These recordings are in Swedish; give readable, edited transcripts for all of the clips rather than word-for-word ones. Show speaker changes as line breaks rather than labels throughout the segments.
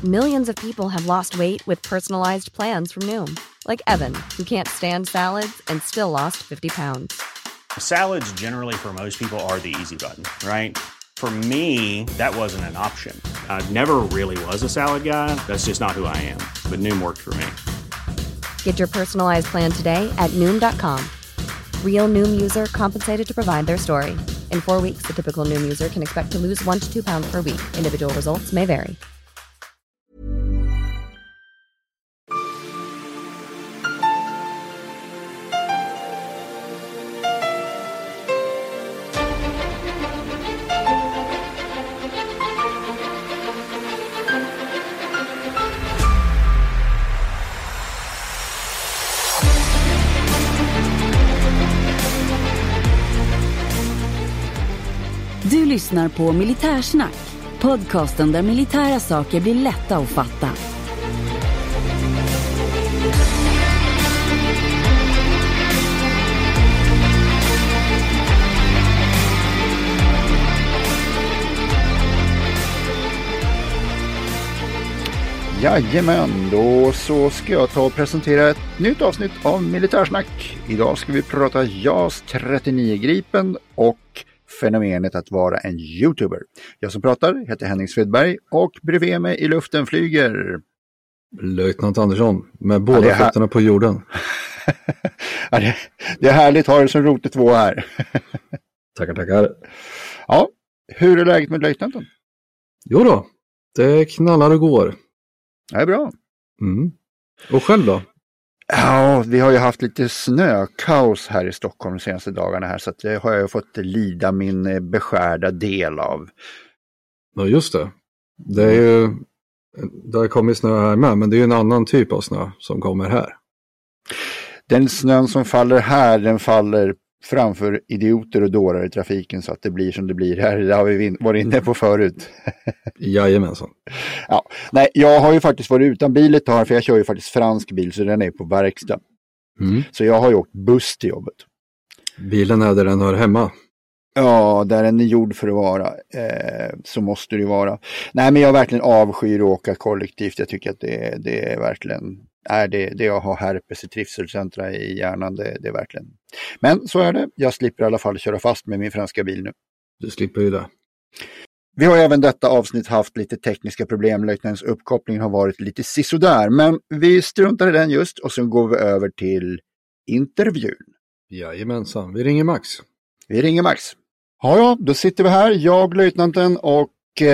Millions of people have lost weight with personalized plans from Noom. Like Evan, who can't stand salads and still lost 50 pounds.
Salads generally for most people are the easy button, right? For me, that wasn't an option. I never really was a salad guy. That's just not who I am. But Noom worked for me.
Get your personalized plan today at Noom.com. Real Noom user compensated to provide their story. In 4 weeks, the typical Noom user can expect to lose 1 to 2 pounds per week. Individual results may vary.
Du lyssnar på Militärsnack, podcasten där militära saker blir lätta att fatta.
Jajamän, då så ska jag ta och presentera ett nytt avsnitt av Militärsnack. Idag ska vi prata JAS 39 Gripen och fenomenet att vara en YouTuber. Jag som pratar heter Henning Svedberg och bredvid mig i luften flyger
Löjtnant Andersson med båda fötterna på jorden.
Ja, det är härligt att ha det som rotet två här.
Tackar.
Ja, hur är läget med löjtnanten?
Jo då, det knallar och går.
Det är bra.
Och själv då?
Ja, vi har ju haft lite snökaos här i Stockholm de senaste dagarna här, så att det har jag fått lida min beskärda del av.
Ja, just det. Det har kommit snö här med, men det är ju en annan typ av snö som kommer här.
Den snön som faller här, den faller framför idioter och dårar i trafiken, så att det blir som det blir här. Det har vi varit inne på förut.
Jajamensan.
Ja, nej, jag har ju faktiskt varit utan bil ett tag, för jag kör ju faktiskt fransk bil, så den är på verkstad. Så jag har ju åkt buss till jobbet.
Bilen är där den hör hemma.
Ja, där den är gjord för att vara. Så måste det ju vara. Nej, men jag verkligen avskyr att åka kollektivt. Jag tycker att det är verkligen... det jag har herpes i trivselcentra i hjärnan, det är verkligen... Men så är det. Jag slipper i alla fall köra fast med min franska bil nu.
Du slipper ju det.
Vi har även detta avsnitt haft lite tekniska problem. Löjtnants uppkoppling har varit lite sisådär. Men vi struntar i den just, och så går vi över till intervjun.
Jajamensan, vi ringer Max.
Ja, då sitter vi här. Jag, löjtnanten och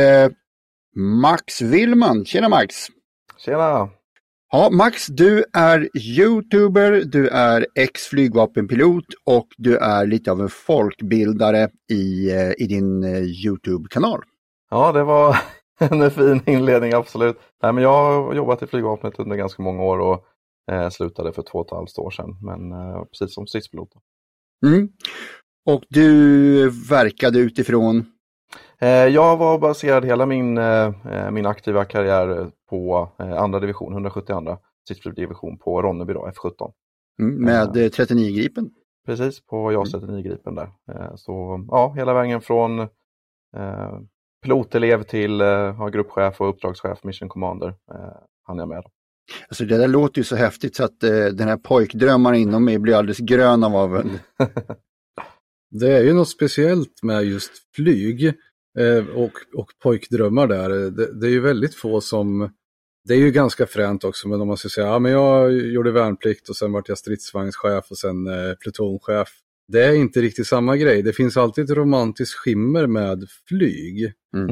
Max Willman. Tjena Max.
Tjena.
Ja, Max, du är YouTuber, du är ex-flygvapenpilot och du är lite av en folkbildare i din YouTube-kanal.
Ja, det var en fin inledning, absolut. Nej, men jag har jobbat i flygvapnet under ganska många år och slutade för 2,5 år sedan, men precis som stridspilot.
Och du verkade utifrån?
Jag var baserad hela min aktiva karriär på andra division, 172 stridsflygdivision på Ronneby då, F17.
Med 39 Gripen?
Precis, på JAS 39 Gripen där. Så ja, hela vägen från pilotelev till gruppchef och uppdragschef, mission commander, hann jag med.
Alltså det där låter ju så häftigt så att den här pojkdrömmaren inom mig blir alldeles grön av avund.
Det är ju något speciellt med just flyg och pojkdrömmar där. Det är ju väldigt få som... Det är ju ganska fränt också, men om man ska säga ja, men jag gjorde värnplikt och sen vart jag stridsvagnschef och sen plutonchef. Det är inte riktigt samma grej. Det finns alltid ett romantiskt skimmer med flyg.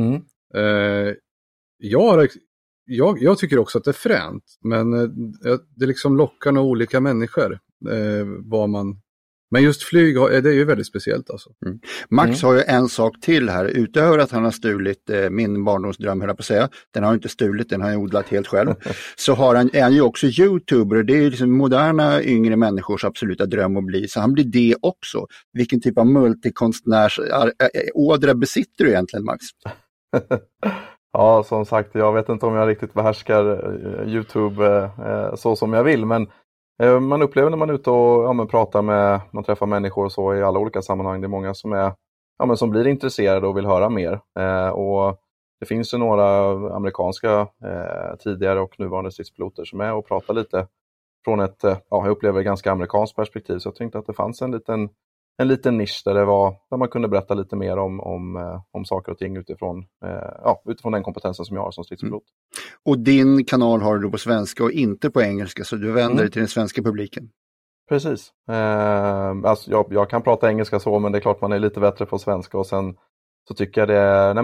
Jag tycker också att det är fränt, men det liksom lockar nog olika människor men just flyg, det är ju väldigt speciellt alltså.
Max har ju en sak till här, utöver att han har stulit min barndomsdröm, höll jag på att säga. Den har han inte stulit, den har han odlat helt själv. Så är han ju också YouTuber, det är ju liksom moderna yngre människors absoluta dröm att bli. Så han blir det också. Vilken typ av multikonstnärsådra besitter du egentligen, Max?
Ja, som sagt, jag vet inte om jag riktigt behärskar YouTube så som jag vill, men man upplever när man är ute och pratar med, man träffar människor och så i alla olika sammanhang. Det är många som som blir intresserade och vill höra mer. Och det finns ju några amerikanska tidigare och nuvarande stridspiloter som är och pratar lite från ett, jag upplever ganska amerikanskt perspektiv. Så jag tänkte att det fanns en liten nisch där man kunde berätta lite mer om saker och ting utifrån den kompetensen som jag har som stridspilot.
Och din kanal har du på svenska och inte på engelska, så du vänder dig till den svenska publiken.
Precis. Alltså jag kan prata engelska så, men det är klart man är lite bättre på svenska. Och sen så tycker jag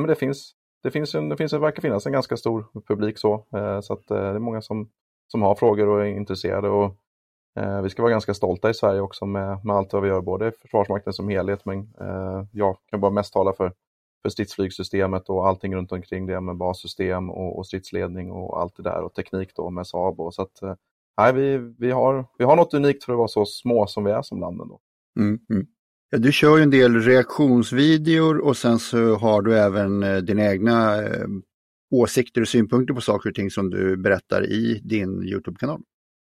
det verkar finnas en ganska stor publik så. Så att det är många som har frågor och är intresserade. Och vi ska vara ganska stolta i Sverige också med allt vad vi gör, både Försvarsmakten som helhet, men jag kan bara mest tala för stridsflygsystemet och allting runt omkring det med bassystem och stridsledning och allt det där och teknik då med Saab. Och så att vi har något unikt för att vara så små som vi är som land ändå.
Ja, du kör ju en del reaktionsvideor och sen så har du även dina egna åsikter och synpunkter på saker och ting som du berättar i din YouTube-kanal.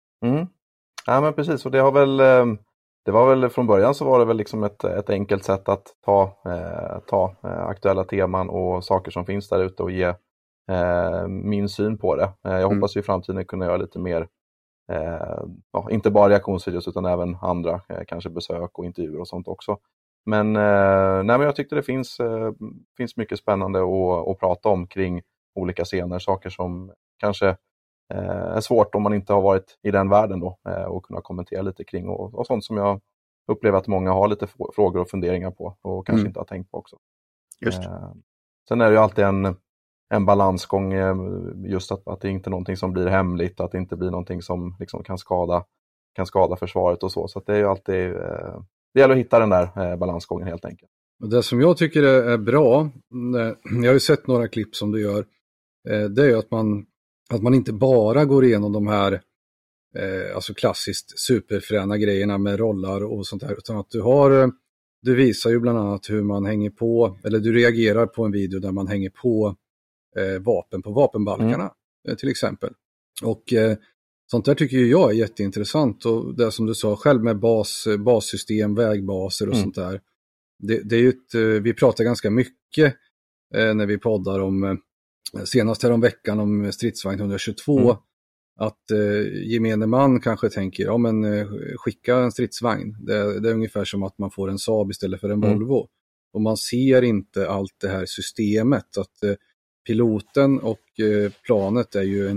Ja, men precis, och det var väl från början så var det väl liksom ett enkelt sätt att ta aktuella teman och saker som finns där ute och ge min syn på det. Jag hoppas i framtiden kunna göra lite mer, inte bara reaktionsvideos utan även andra, kanske besök och intervjuer och sånt också. Men jag tyckte det finns mycket spännande att prata om kring olika scener, saker som kanske är svårt om man inte har varit i den världen då, och kunna kommentera lite kring och sånt som jag upplever att många har lite frågor och funderingar på och kanske inte har tänkt på också.
Just.
Sen är det ju alltid en balansgång, just att det inte är någonting som blir hemligt, att det inte blir någonting som liksom kan skada försvaret och så det är ju alltid det gäller att hitta den där balansgången helt enkelt.
Det som jag tycker är bra, jag har ju sett några klipp som du gör, det är ju att man inte bara går igenom de här alltså klassiskt superfräna grejerna med rollar och sånt här, utan att du visar ju bland annat hur man hänger på, eller du reagerar på en video där man hänger på vapen på vapenbalkarna till exempel. Och sånt där tycker jag är jätteintressant, och det som du sa själv med bassystem, vägbaser och sånt där. Det är ju vi pratar ganska mycket när vi poddar om senast här om veckan om stridsvagn 122 att gemene man kanske tänker skicka en stridsvagn. Det är ungefär som att man får en Saab istället för en Volvo. Och man ser inte allt det här systemet, att piloten och planet är ju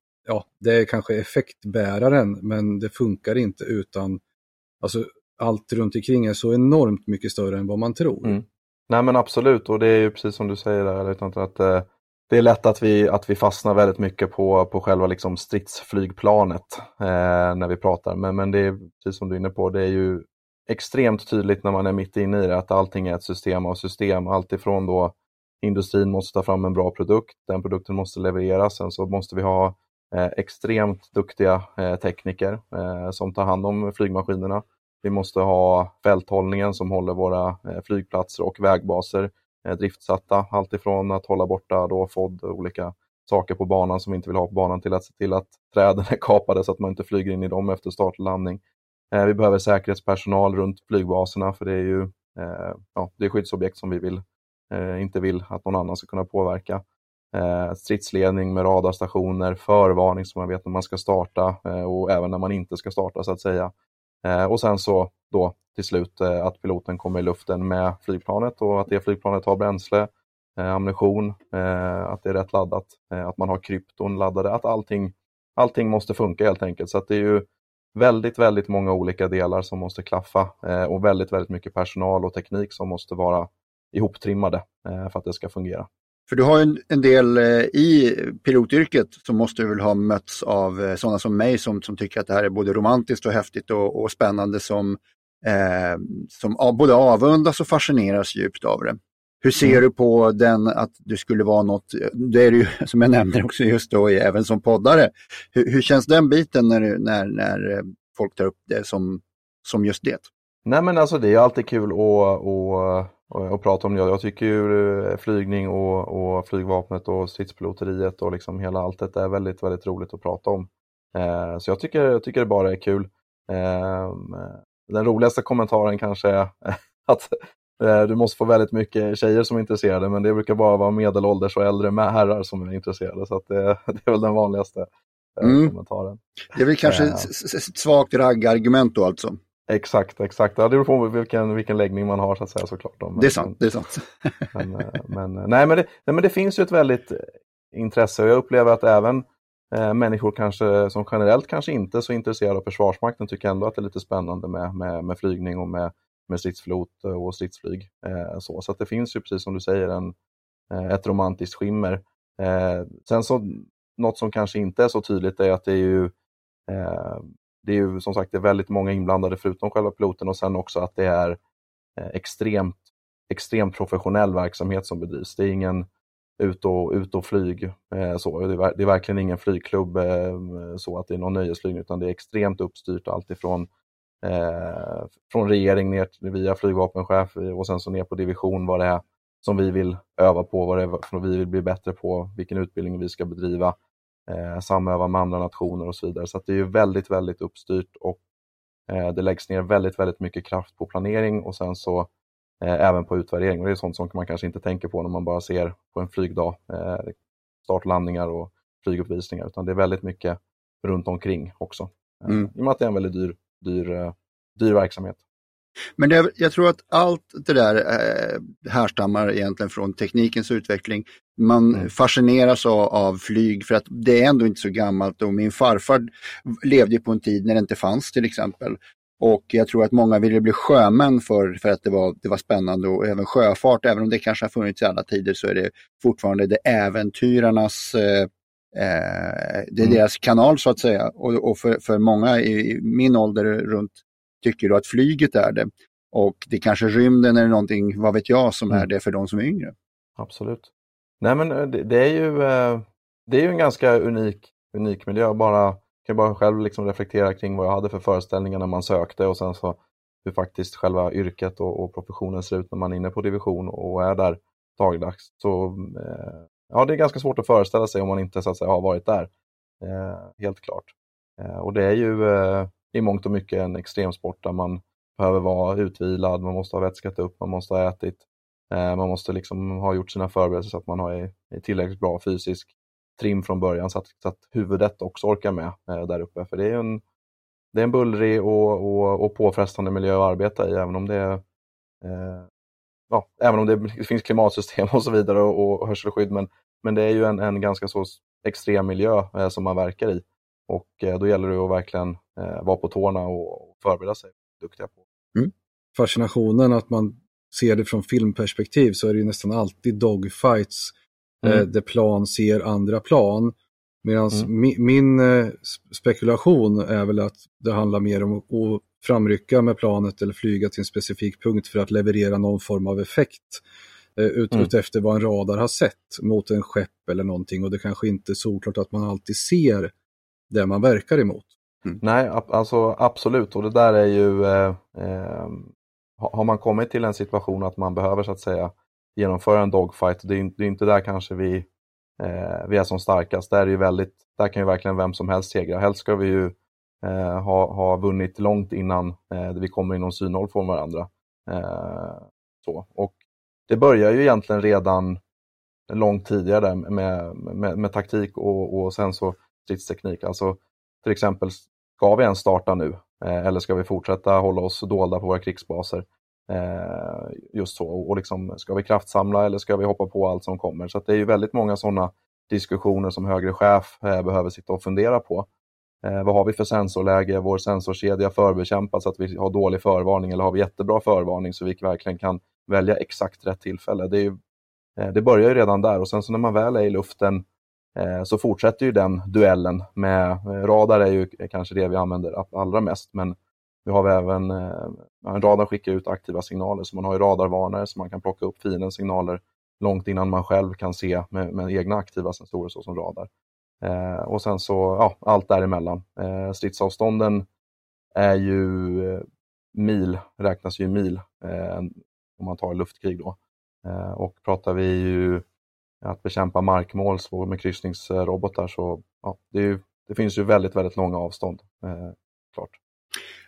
det är kanske effektbäraren, men det funkar inte utan, alltså allt runt omkring är så enormt mycket större än vad man tror.
Nej men absolut, och det är ju precis som du säger där, att det är lätt att vi fastnar väldigt mycket på själva liksom stridsflygplanet när vi pratar, men det är precis som du är inne på, det är ju extremt tydligt när man är mitt inne i det att allting är ett system av system, alltifrån då industrin måste ta fram en bra produkt, den produkten måste levereras, sen så måste vi ha extremt duktiga tekniker som tar hand om flygmaskinerna. Vi måste ha fälthållningen som håller våra flygplatser och vägbaser driftsatta. Allt ifrån att hålla borta då FOD och olika saker på banan som vi inte vill ha på banan till att se till att träden är kapade så att man inte flyger in i dem efter start och landning. Vi behöver säkerhetspersonal runt flygbaserna, för det är ju det är skyddsobjekt som vi inte vill att någon annan ska kunna påverka. Stridsledning med radarstationer, förvarning som man vet när man ska starta och även när man inte ska starta så att säga. Och sen så då till slut att piloten kommer i luften med flygplanet och att det flygplanet har bränsle, ammunition, att det är rätt laddat, att man har krypton laddade, att allting måste funka helt enkelt. Så att det är ju väldigt, väldigt många olika delar som måste klaffa och väldigt, väldigt mycket personal och teknik som måste vara ihoptrimmade för att det ska fungera.
För du har ju en del i pilotyrket som måste väl ha mötts av sådana som mig som tycker att det här är både romantiskt och häftigt och spännande, som både avundas och fascineras djupt av det. Hur ser du på den, att du skulle vara något, det är ju som jag nämnde också just då även som poddare. Hur känns den biten när folk tar upp det som just det?
Nej men alltså det är alltid kul att prata om det. Jag tycker ju flygning och flygvapnet och stridspiloteriet och liksom hela allt det är väldigt, väldigt roligt att prata om. Så jag tycker det bara är kul. Den roligaste kommentaren kanske är Du måste få väldigt mycket tjejer som är intresserade, men det brukar bara vara medelålders och äldre herrar som är intresserade. Så att det är väl den vanligaste kommentaren.
Det är väl kanske ett svagt raggargument då alltså.
Exakt. Ja, det beror på vilken läggning man har så att säga, såklart.
Det är sant.
Men det finns ju ett väldigt intresse, och jag upplever att även människor kanske som generellt kanske inte är så intresserade av Försvarsmakten tycker ändå att det är lite spännande med flygning och med stridsflot och stridsflyg. Så att det finns ju, precis som du säger, ett romantiskt skimmer. Sen så, något som kanske inte är så tydligt är att det är ju som sagt det är väldigt många inblandade förutom själva piloten, och sen också att det är extremt professionell verksamhet som bedrivs. Det är ingen ut och flyg så. Det är verkligen ingen flygklubb så att det är någon nöjesflygning, utan det är extremt uppstyrt, allt ifrån från regering ner via flygvapenchef och sen så ner på division vad det är som vi vill öva på, vad det är som vi vill bli bättre på, vilken utbildning vi ska bedriva, samöva med andra nationer och så vidare. Så att det är ju väldigt, väldigt uppstyrt, och det läggs ner väldigt, väldigt mycket kraft på planering och sen så även på utvärdering. Och det är sånt som man kanske inte tänker på när man bara ser på en flygdag, startlandningar och flyguppvisningar, utan det är väldigt mycket runt omkring också. I och med att det är en väldigt dyr verksamhet.
Men jag tror att allt det där härstammar egentligen från teknikens utveckling. Man fascineras av flyg för att det är ändå inte så gammalt, och min farfar levde på en tid när det inte fanns till exempel. Och jag tror att många ville bli sjömän för att det var spännande, och även sjöfart, även om det kanske har funnits i alla tider, så är det fortfarande det äventyrarnas det är deras kanal så att säga. Och för många i min ålder runt tycker då att flyget är det. Och det kanske rymden eller någonting, vad vet jag, som är det för de som är yngre.
Absolut. Nej, men det är ju en ganska unik miljö. Jag kan bara själv liksom reflektera kring vad jag hade för föreställningar när man sökte, och sen så hur faktiskt själva yrket och professionen ser ut när man är inne på division och är där dagligdags. Så ja, det är ganska svårt att föreställa sig om man inte så att säga har varit där. Helt klart. Och det är ju i mångt och mycket en extremsport där man behöver vara utvilad, man måste ha vätskat upp, man måste ha ätit, man måste liksom ha gjort sina förberedelser så att man har tillräckligt bra fysisk trim från början, så att huvudet också orkar med där uppe. För det är en bullrig och påfrestande miljö att arbeta i, även om det finns klimatsystem och så vidare och hörselskydd, men det är ju en ganska så extrem miljö som man verkar i. Och då gäller det att verkligen vara på tårna och förbereda sig, duktiga på.
Fascinationen att man ser det från filmperspektiv, så är det ju nästan alltid dogfights där plan ser andra plan. Medan min spekulation är väl att det handlar mer om att framrycka med planet eller flyga till en specifik punkt för att leverera någon form av effekt utefter vad en radar har sett mot en skepp eller någonting. Och det kanske inte är såklart att man alltid ser det man verkar emot.
Nej, alltså absolut. Och det där är ju har man kommit till en situation att man behöver så att säga genomföra en dogfight, det är inte där kanske vi är som starkast. Där kan ju verkligen vem som helst segra. Helst ska vi ju ha vunnit långt innan vi kommer inom synhåll från varandra. Så. Och det börjar ju egentligen redan långt tidigare med taktik och sen så stridsteknik. Alltså till exempel, ska vi ens starta nu? Eller ska vi fortsätta hålla oss dolda på våra krigsbaser? Just så. Och liksom, ska vi kraftsamla eller ska vi hoppa på allt som kommer? Så att det är ju väldigt många sådana diskussioner som högre chef behöver sitta och fundera på. Vad har vi för sensorläge? Vår sensorkedja förbekämpat så att vi har dålig förvarning, eller har vi jättebra förvarning så vi verkligen kan välja exakt rätt tillfälle? Det börjar ju redan där, och sen så när man väl är i luften så fortsätter ju den duellen med radar. Är ju kanske det vi använder allra mest, men vi har även en radar skickar ut aktiva signaler, så man har ju radarvarnare så man kan plocka upp fiendens signaler långt innan man själv kan se med egna aktiva sensorer så som radar. Och sen så allt däremellan. Stridsavstånden är ju räknas ju i mil om man tar luftkrig då. Och pratar vi ju att bekämpa markmål med kryssningsrobotar, så det finns ju väldigt, väldigt långa avstånd. Klart.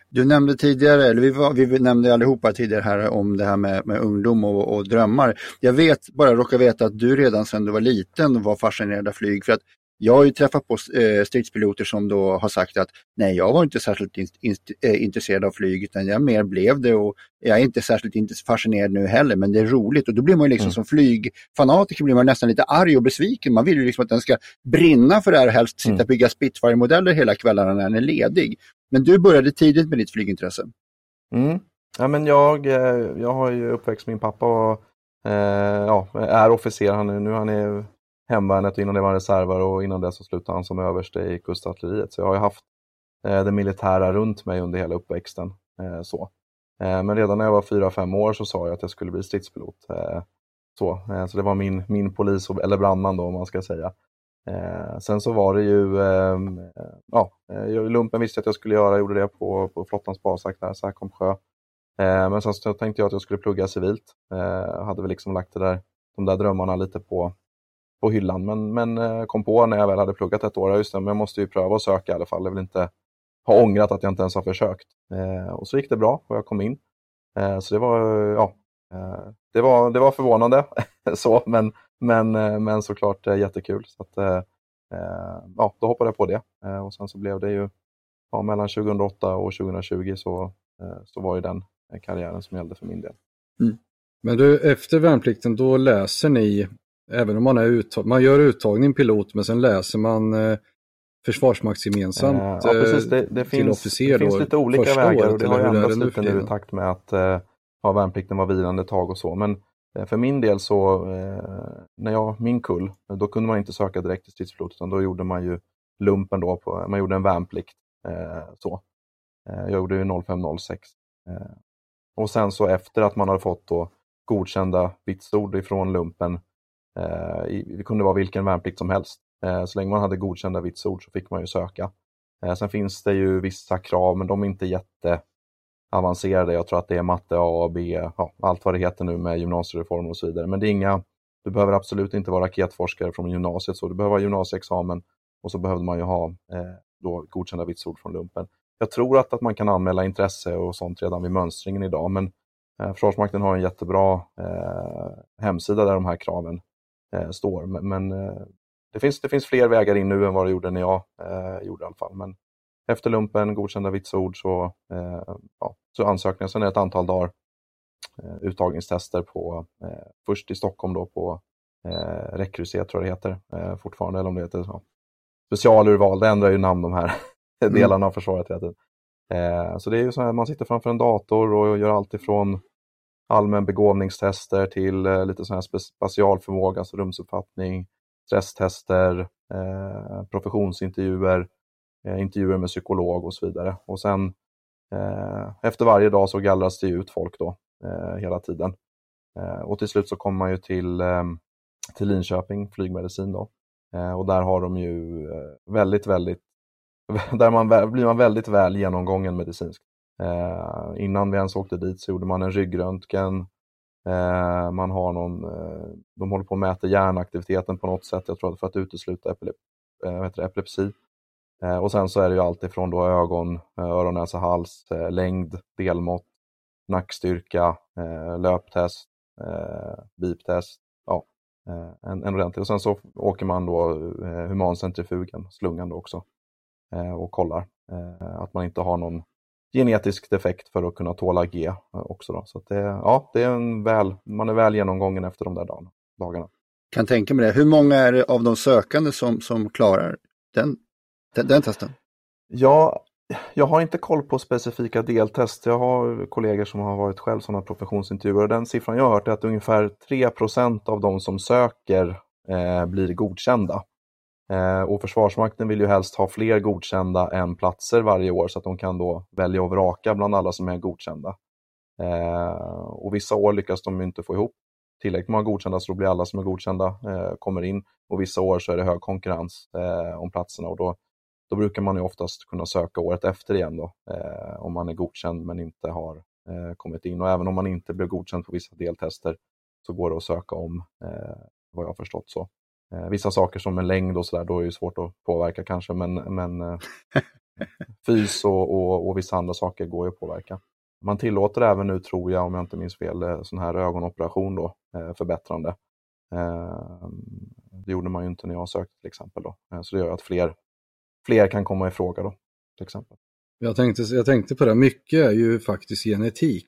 Du nämnde tidigare, eller vi nämnde allihopa tidigare här om det här med ungdom och drömmar. Jag råkar veta att du redan sedan du var liten var fascinerad av flyg, för att jag har ju träffat på stridspiloter som då har sagt att nej, jag var inte särskilt intresserad av flyg, utan jag mer blev det, och jag är inte särskilt fascinerad nu heller, men det är roligt. Och då blir man ju liksom som flygfanatiker blir man nästan lite arg och besviken. Man vill ju liksom att den ska brinna för det här och helst sitta och bygga Spitfire-modeller hela kvällarna när den är ledig. Men du började tidigt med ditt flygintresse.
Ja, men jag har ju uppväxt min pappa och är officer. Nu han är hemvärnet, och innan det var han reservare, och innan det så slutade han som överste i kustartilleriet. Så jag har ju haft det militära runt mig under hela uppväxten. Men redan när jag var 4-5 år så sa jag att jag skulle bli stridspilot. Så det var min polis eller brandman då, om man ska säga. Sen så var det ju lumpen visste att jag skulle göra, gjorde det på flottans basakt där, Säkomsjö. Men sen så tänkte jag att jag skulle plugga civilt. Hade väl liksom lagt de där drömmarna lite på hyllan, men kom på när jag väl hade pluggat ett år, just det, men jag måste ju pröva att söka i alla fall. Jag vill inte ha ångrat att jag inte ens har försökt. Och så gick det bra och jag kom in. Så det var förvånande så, men såklart jättekul. Så att då hoppade jag på det. Och sen så blev det ju mellan 2008 och 2020 så var ju den karriären som gällde för min del.
Men du, efter värnplikten då läser ni, även om man gör uttagning pilot, men sen läser man försvarsmaktsgemensamt
precis. Det
till officer.
Det finns lite olika vägar, och det har ju ändrats lite nu i takt med att värnplikten var vilande tag och så. Men för min del så, min kull, då kunde man inte söka direkt till stridspilot, utan då gjorde man ju lumpen då, man gjorde en värnplikt. Jag gjorde ju 05-06. Och sen så efter att man hade fått då godkända vitsord ifrån lumpen, det kunde vara vilken värnplikt som helst. Så länge man hade godkända vitsord så fick man ju söka. Sen finns det ju vissa krav, men de är inte jätteavancerade. Jag tror att det är matte A, B, allt vad det heter nu med gymnasiereformer och så vidare. Men det är du behöver absolut inte vara raketforskare från gymnasiet, så du behöver ha gymnasieexamen, och så behövde man ju ha då godkända vitsord från lumpen. Jag tror att man kan anmäla intresse och sånt redan vid mönstringen idag, men Försvarsmakten har en jättebra hemsida där de här kraven står. Men det finns fler vägar in nu än vad det gjorde när jag gjorde i alla fall. Men efter lumpen, godkända vitsord, så ansökningar. Sen är det ett antal dagar uttagningstester på först i Stockholm då på Rekryset, tror jag det heter fortfarande, eller om det heter specialurval. Det ändrar ju namn de här delarna av försvaret hela tiden. Så det är ju så här, man sitter framför en dator och gör allt ifrån allmän begåvningstester till lite sån här spatialförmåga, alltså rumsuppfattning, stresstester, professionsintervjuer, intervjuer med psykolog och så vidare. Och sen efter varje dag så gallras det ut folk då hela tiden. Och till slut så kommer man ju till Linköping flygmedicin då. Och där har de ju blir man väldigt väl genomgången medicinskt. Innan vi ens åkte dit så gjorde man en ryggröntgen. Man har de håller på att mäta hjärnaktiviteten på något sätt, jag tror, för att utesluta epilepsi. Och sen så är det ju allt ifrån då ögon, öron, näsa, hals, längd, delmått, nackstyrka, löptest, biptest, en ordentlig. Och sen så åker man då humancentrifugen, slungan då också, och kollar att man inte har någon genetisk defekt för att kunna tåla G också då. Så att det är man är väl genomgången efter de där dagarna.
Kan tänka mig det. Hur många är det av de sökande som klarar den testen?
Ja, jag har inte koll på specifika deltest. Jag har kollegor som har varit själv sådana professionsintervjuer, och den siffran jag har hört är att ungefär 3% av de som söker blir godkända. Och Försvarsmakten vill ju helst ha fler godkända än platser varje år, så att de kan då välja och vraka bland alla som är godkända. Och vissa år lyckas de inte få ihop tillräckligt många godkända, så då blir alla som är godkända kommer in. Och vissa år så är det hög konkurrens om platserna, och då brukar man ju oftast kunna söka året efter igen då, om man är godkänd men inte har kommit in. Och även om man inte blir godkänd på vissa deltester så går det att söka om, vad jag har förstått så. Vissa saker som en längd och sådär, då är det svårt att påverka kanske, men fys och vissa andra saker går ju att påverka. Man tillåter även nu, tror jag, om jag inte minns fel, sån här ögonoperation då, förbättrande. Det gjorde man ju inte när jag sökte till exempel då. Så det gör att fler kan komma i fråga då, till exempel.
Jag tänkte på det, mycket är ju faktiskt genetik.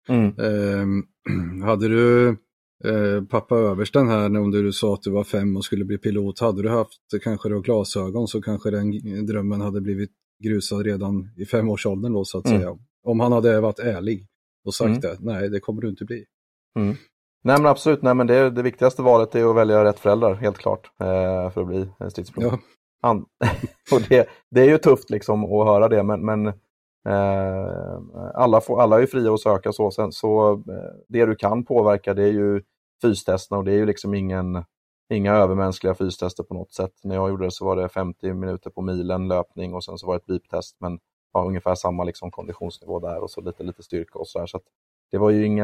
Hade du pappa översten här när du sa att du var 5 och skulle bli pilot, hade du haft kanske då glasögon så kanske den drömmen hade blivit grusad redan i 5-årsåldern då, så att säga. Om han hade varit ärlig och sagt det, nej, det kommer du inte bli.
Nej men absolut, nej men det viktigaste valet är att välja rätt föräldrar, helt klart, för att bli stridspilot. Ja. Och det är ju tufft liksom att höra det, men alla är ju fria att söka så. Sen, så det du kan påverka, det är ju fystesterna, och det är ju liksom inga övermänskliga fystester på något sätt. När jag gjorde det så var det 50 minuter på milen löpning, och sen så var det ett beep-test, men ungefär samma liksom konditionsnivå där, och så lite styrka och sådär. Så att det var ju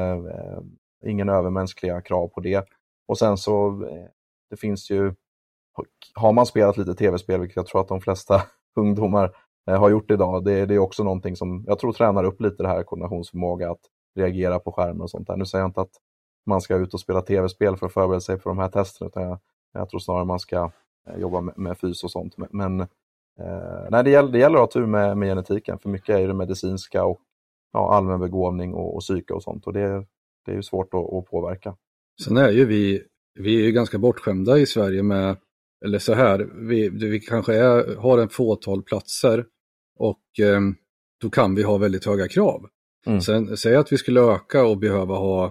ingen övermänskliga krav på det. Och sen så det finns ju, har man spelat lite tv-spel, vilket jag tror att de flesta ungdomar har gjort idag, det är också någonting som jag tror tränar upp lite det här koordinationsförmåga, att reagera på skärmen och sånt där. Nu säger jag inte att man ska ut och spela tv-spel för att förbereda sig för de här testerna, utan jag tror snarare man ska jobba med fys och sånt. Men nej, det gäller att ha tur med genetiken, för mycket är det medicinska och allmän begåvning och psyke och sånt, och det är ju svårt att påverka.
Sen är ju vi är ju ganska bortskämda i Sverige med, eller så här, vi kanske har en fåtal platser, och då kan vi ha väldigt höga krav. Sen säg att vi skulle öka och behöva ha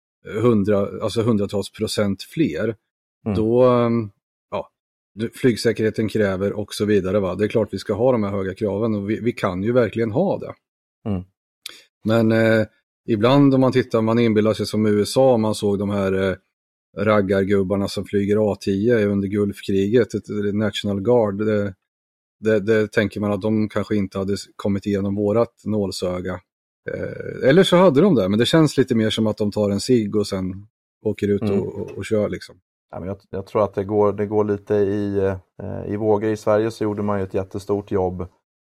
hundratals procent fler, då flygsäkerheten kräver och så vidare, va? Det är klart vi ska ha de här höga kraven, och vi kan ju verkligen ha det. Men ibland om man inbillar sig som USA, man såg de här raggargubbarna som flyger A10 under Gulfkriget, National Guard, det tänker man att de kanske inte hade kommit igenom vårat nålsöga. Eller så hade de det, men det känns lite mer som att de tar en cigg och sen åker ut och kör liksom.
Ja, men jag tror att det går lite i vågor. I Sverige så gjorde man ju ett jättestort jobb.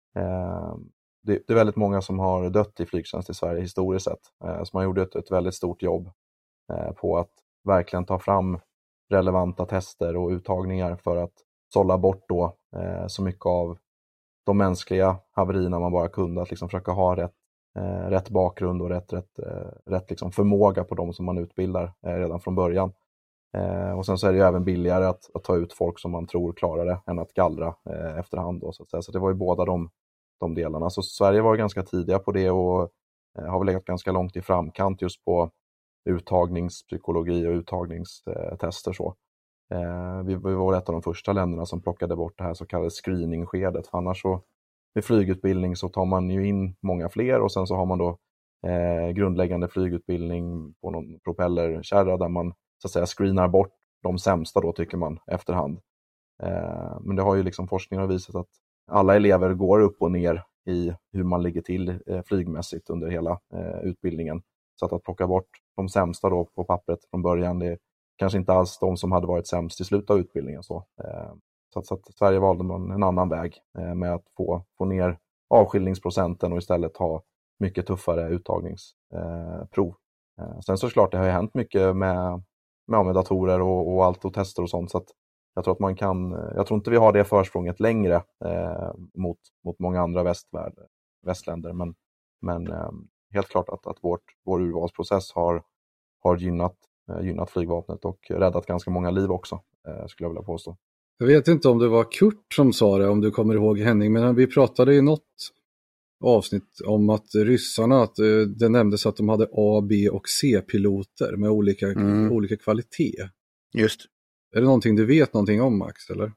Det är väldigt många som har dött i flygtjänst i Sverige historiskt sett. Så man gjorde ett väldigt stort jobb på att verkligen ta fram relevanta tester och uttagningar för att sålla bort då så mycket av de mänskliga haverierna man bara kunde, att liksom försöka ha rätt bakgrund och rätt liksom förmåga på de som man utbildar redan från början. Och sen så är det ju även billigare att ta ut folk som man tror klarar det än att gallra efterhand då, så att säga. Så det var ju båda de delarna. Så Sverige var ganska tidiga på det och har väl legat ganska långt i framkant just på uttagningspsykologi och uttagningstester så. Vi var ett av de första länderna som plockade bort det här så kallade screening-skedet. För annars så med flygutbildning så tar man ju in många fler, och sen så har man då grundläggande flygutbildning på någon propellerkärra där man så att säga screenar bort de sämsta då, tycker man, efterhand. Men det har ju liksom forskningen visat att alla elever går upp och ner i hur man ligger till flygmässigt under hela utbildningen. Så att plocka bort de sämsta då på pappret från början, det är kanske inte alls de som hade varit sämst i slutet av utbildningen. Så att Sverige valde man en annan väg med att få ner avskiljningsprocenten och istället ha mycket tuffare uttagningsprov. Sen så klart det har ju hänt mycket med datorer och allt och tester och sånt, så att jag tror att jag tror inte vi har det försprånget längre mot många andra västländer, men helt klart att vår urvalsprocess har gynnat flygvapnet och räddat ganska många liv också, skulle jag vilja påstå.
Jag vet inte om det var Kurt som sa det, om du kommer ihåg Henning, men vi pratade i något avsnitt om att ryssarna, att det nämndes att de hade A, B och C-piloter med olika kvalitet.
Just.
Är det någonting du vet någonting om, Max, eller?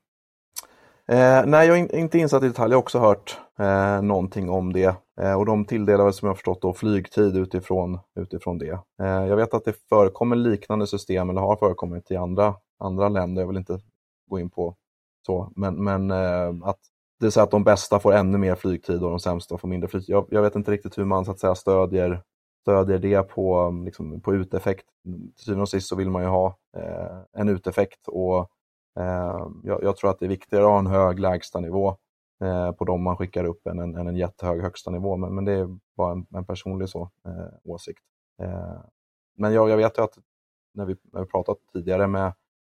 Nej, jag är inte insatt i detalj. Jag har också hört någonting om det. Och de tilldelar, som jag har förstått, då, flygtid utifrån det. Jag vet att det förekommer liknande system, eller har förekommit i andra länder. Jag vill inte gå in på så. Men att det är så att de bästa får ännu mer flygtid och de sämsta får mindre flygtid. Jag vet inte riktigt hur man så att säga stödjer det på uteffekt. Till syvende och sist så vill man ju ha en uteffekt, och jag tror att det är viktigare att ha en hög lägsta nivå på dem man skickar upp än en jättehög högsta nivå. Men det är bara en personlig åsikt. Men jag vet ju att när vi pratat tidigare med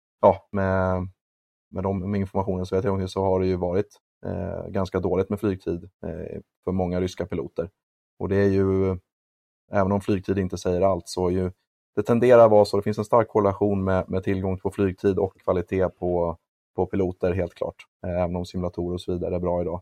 informationen så vet jag så har det ju varit ganska dåligt med flygtid för många ryska piloter. Och det är ju, även om flygtid inte säger allt, så ju det tenderar att vara så. Det finns en stark korrelation med tillgång på flygtid och kvalitet på piloter, helt klart. Även om simulatorer och så vidare är bra idag.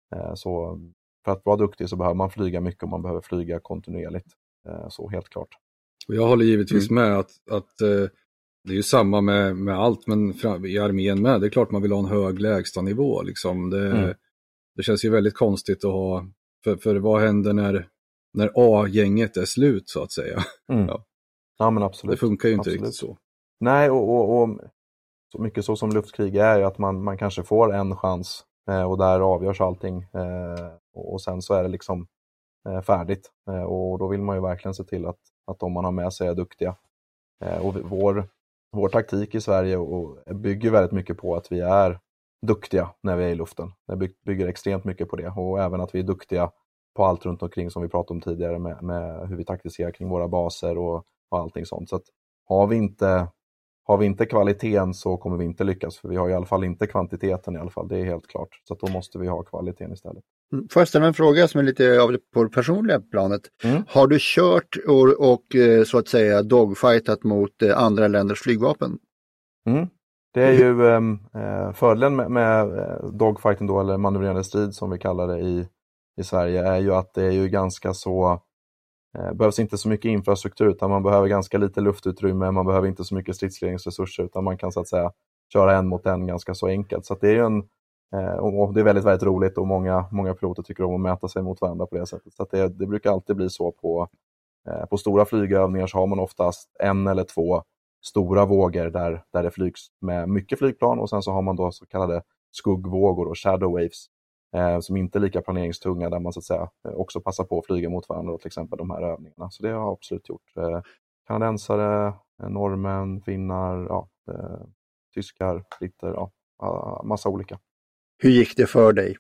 Så för att vara duktig så behöver man flyga mycket och man behöver flyga kontinuerligt. Så helt klart. Och
jag håller givetvis med att det är ju samma med allt, men i armén med. Det är klart man vill ha en hög lägsta nivå. Liksom. Det känns ju väldigt konstigt att ha, för vad händer när A-gänget är slut, så att säga.
Ja, men absolut.
Det funkar ju inte riktigt så.
Nej, och så mycket så som luftkrig är ju att man kanske får en chans och där avgörs allting. Och sen så är det liksom färdigt. Och då vill man ju verkligen se till att de man har med sig är duktiga. Och vår taktik i Sverige bygger väldigt mycket på att vi är duktiga när vi är i luften. Det bygger extremt mycket på det. Och även att vi är duktiga på allt runt omkring som vi pratade om tidigare med hur vi taktiserar kring våra baser och allting sånt. Så att har vi inte kvaliteten så kommer vi inte lyckas. För vi har i alla fall inte kvantiteten i alla fall. Det är helt klart. Så att då måste vi ha kvaliteten istället.
Får jag ställa en fråga som är lite av på det personliga planet? Har du kört och så att säga dogfightat mot andra länders flygvapen?
Det är ju fördelen med dogfighting då, eller manövrerande strid som vi kallar det i Sverige, är ju att det är ju ganska så behövs inte så mycket infrastruktur, utan man behöver ganska lite luftutrymme, man behöver inte så mycket stridsledningsresurser, utan man kan så att säga köra en mot en ganska så enkelt. Så att det är ju och det är väldigt, väldigt roligt, och många piloter tycker om att mäta sig mot varandra på det sättet. Så att det brukar alltid bli så på stora flygövningar, så har man oftast en eller två stora vågor där det flygs med mycket flygplan, och sen så har man då så kallade skuggvågor och shadow waves som inte är lika planeringstunga, där man så att säga också passar på att flyga mot varandra, till exempel de här övningarna. Så det har jag absolut gjort. Kanadensare, norrmän, finnar, tyskar, britter, massa olika.
Hur gick det för dig?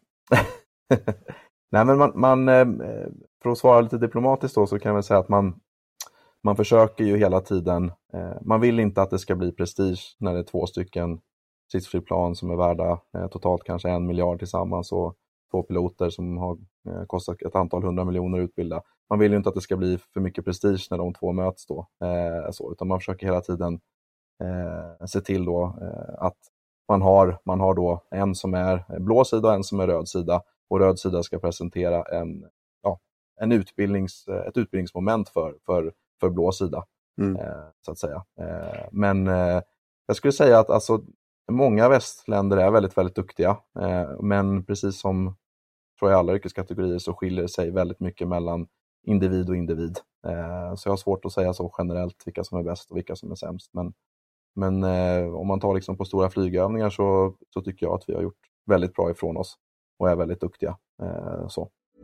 Nej, men man för att svara lite diplomatiskt då, så kan jag väl säga att man försöker ju hela tiden, man vill inte att det ska bli prestige när det är 2 stycken stridsflygplan som är värda totalt kanske 1 miljard tillsammans, och 2 piloter som har kostat ett antal 100 miljoner att utbilda. Man vill ju inte att det ska bli för mycket prestige när de 2 möts då, utan man försöker hela tiden se till då att man har då en som är blå sida och en som är röd sida, och röd sida ska presentera ett utbildningsmoment för blå sida, så att säga. Men jag skulle säga att alltså, många västländer är väldigt, väldigt duktiga, men precis som tror jag alla yrkeskategorier så skiljer det sig väldigt mycket mellan individ och individ. Så jag har svårt att säga så generellt vilka som är bäst och vilka som är sämst. Men om man tar liksom på stora flygövningar så tycker jag att vi har gjort väldigt bra ifrån oss och är väldigt duktiga. Så.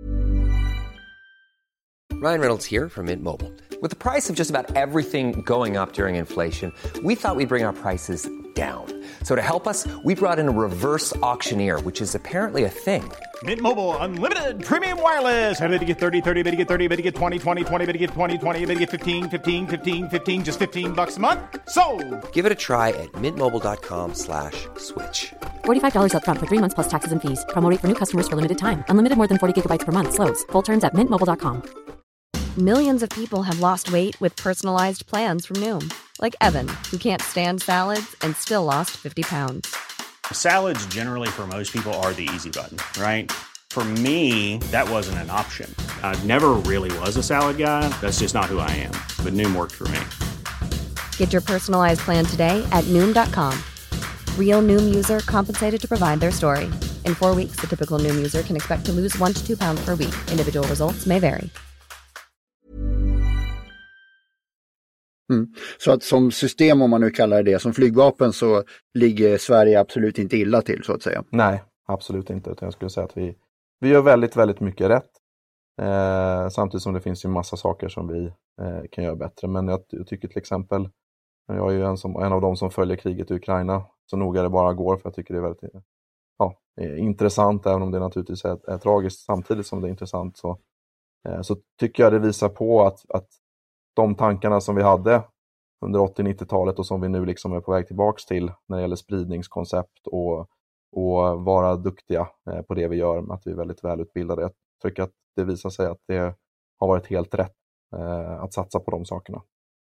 Ryan Reynolds here from Mint Mobile. With the price of just about everything going up during inflation, we thought we'd bring our prices down. So to help us, we brought in a reverse auctioneer, which is apparently a thing.
Mint Mobile Unlimited Premium Wireless. How to get 30, 30, bit to get 30, bit to get 20, 20, 20, bit to get 20, 20, bit to get 15, 15, 15, 15, just $15 a month? Sold!
Give it a try at mintmobile.com/switch.
$45 up front for 3 months plus taxes and fees. Promo rate for new customers for limited time. Unlimited more than 40 gigabytes per month. Slows full terms at mintmobile.com.
Millions of people have lost weight with personalized plans from Noom. Like Evan, who can't stand salads and still lost 50 pounds.
Salads generally for most people are the easy button, right? For me, that wasn't an option. I never really was a salad guy. That's just not who I am. But Noom worked for me.
Get your personalized plan today at Noom.com. Real Noom user compensated to provide their story. In 4 weeks, the typical Noom user can expect to lose 1 to 2 pounds per week. Individual results may vary.
Så att som system, om man nu kallar det som flygvapen, så ligger Sverige absolut inte illa till, så att säga.
Nej, absolut inte. Utan jag skulle säga att vi gör väldigt, väldigt mycket rätt. Samtidigt som det finns ju massa saker som vi kan göra bättre. Men jag tycker till exempel, jag är ju en av de som följer kriget i Ukraina så noga det bara går, för jag tycker det är väldigt intressant, även om det naturligtvis är tragiskt samtidigt som det är intressant, så tycker jag det visar på att de tankarna som vi hade under 80-90-talet och som vi nu liksom är på väg tillbaks till när det gäller spridningskoncept och vara duktiga på det vi gör, med att vi är väldigt välutbildade. Jag tycker att det visar sig att det har varit helt rätt att satsa på de sakerna.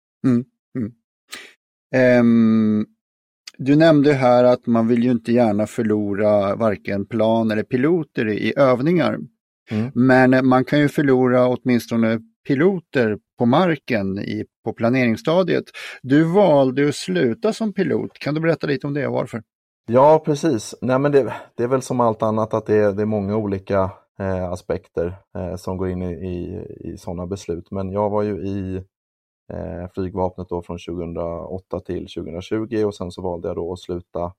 Du nämnde här att man vill ju inte gärna förlora varken plan eller piloter i övningar. Men man kan ju förlora åtminstone piloter på marken på planeringsstadiet. Du valde att sluta som pilot. Kan du berätta lite om det och varför?
Ja, precis. Nej, men det är väl som allt annat att det är många olika aspekter som går in i sådana beslut. Men jag var ju i flygvapnet då från 2008 till 2020 och sen så valde jag då att sluta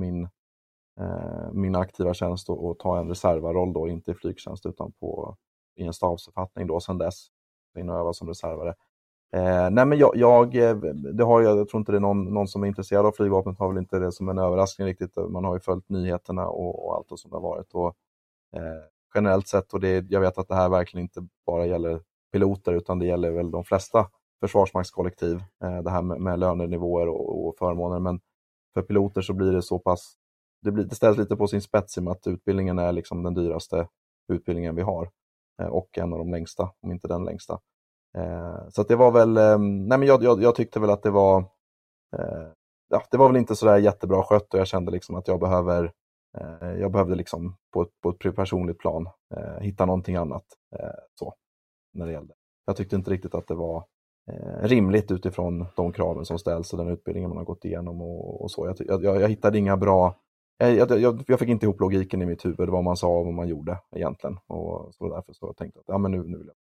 min aktiva tjänst och ta en reservaroll då, inte i flygtjänst utan i en stabsbefattning då sen dess, in och öva som reservare. Nej, men jag tror inte det är någon som är intresserad av flygvapnet, har väl inte det som en överraskning riktigt. Man har ju följt nyheterna och allt som det har varit och generellt sett, och jag vet att det här verkligen inte bara gäller piloter utan det gäller väl de flesta försvarsmaktskollektiv, det här med lönenivåer och förmåner, men för piloter så blir det så pass, det ställs lite på sin spets i och med att utbildningen är liksom den dyraste utbildningen vi har och en av de längsta, om inte den längsta. Så att det var väl, nej men jag tyckte väl att det var väl inte så där jättebra skött och jag kände liksom att jag behövde liksom på ett personligt plan hitta någonting annat så när det gällde. Jag tyckte inte riktigt att det var rimligt utifrån de kraven som ställs och den utbildningen man har gått igenom och så. Jag hittade inga bra, jag fick inte ihop logiken i mitt huvud vad man sa och vad man gjorde egentligen, och så därför så jag tänkte att men nu vill jag.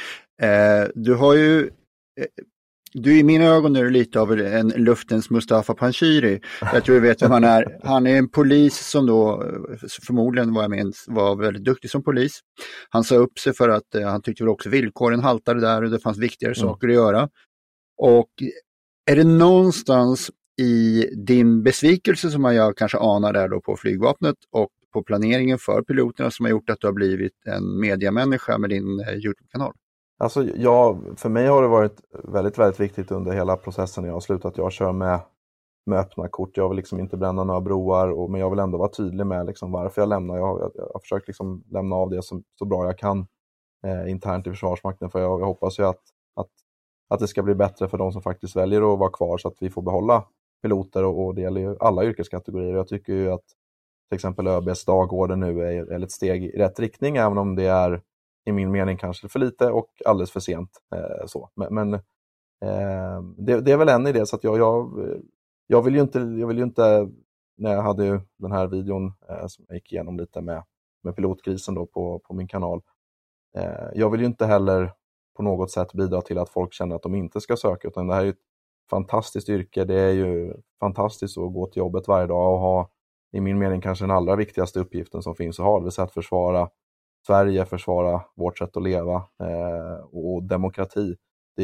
Du i mina ögon är lite av en luftens Mustafa Panshiri. Jag tror du vet vem han är. Han är en polis som då förmodligen var väldigt duktig som polis. Han sa upp sig för att han tyckte väl också villkoren haltade där och det fanns viktigare saker att göra. Och är det någonstans i din besvikelse som jag kanske anar där då på flygvapnet och på planeringen för piloterna som har gjort att du har blivit en mediamänniska med din YouTube-kanal?
Alltså för mig har det varit väldigt, väldigt viktigt under hela processen när jag har slutat. Jag kör med öppna kort. Jag vill liksom inte bränna några broar, men jag vill ändå vara tydlig med liksom varför jag lämnar. Jag har försökt liksom lämna av det så bra jag kan internt i Försvarsmakten. För jag hoppas ju att det ska bli bättre för de som faktiskt väljer att vara kvar så att vi får behålla piloter och det gäller ju alla yrkeskategorier. Jag tycker ju att till exempel ÖBs dagorder nu är ett steg i rätt riktning, även om det är i min mening kanske för lite och alldeles för sent. Så. Men det är väl en idé, så att jag vill ju inte när jag hade ju den här videon som jag gick igenom lite med pilotkrisen då på min kanal. Jag vill ju inte heller på något sätt bidra till att folk känner att de inte ska söka, utan det här är ett fantastiskt yrke. Det är ju fantastiskt att gå till jobbet varje dag och ha, i min mening, kanske den allra viktigaste uppgiften som finns att ha, det vill säga att försvara Sverige, försvara vårt sätt att leva och demokrati.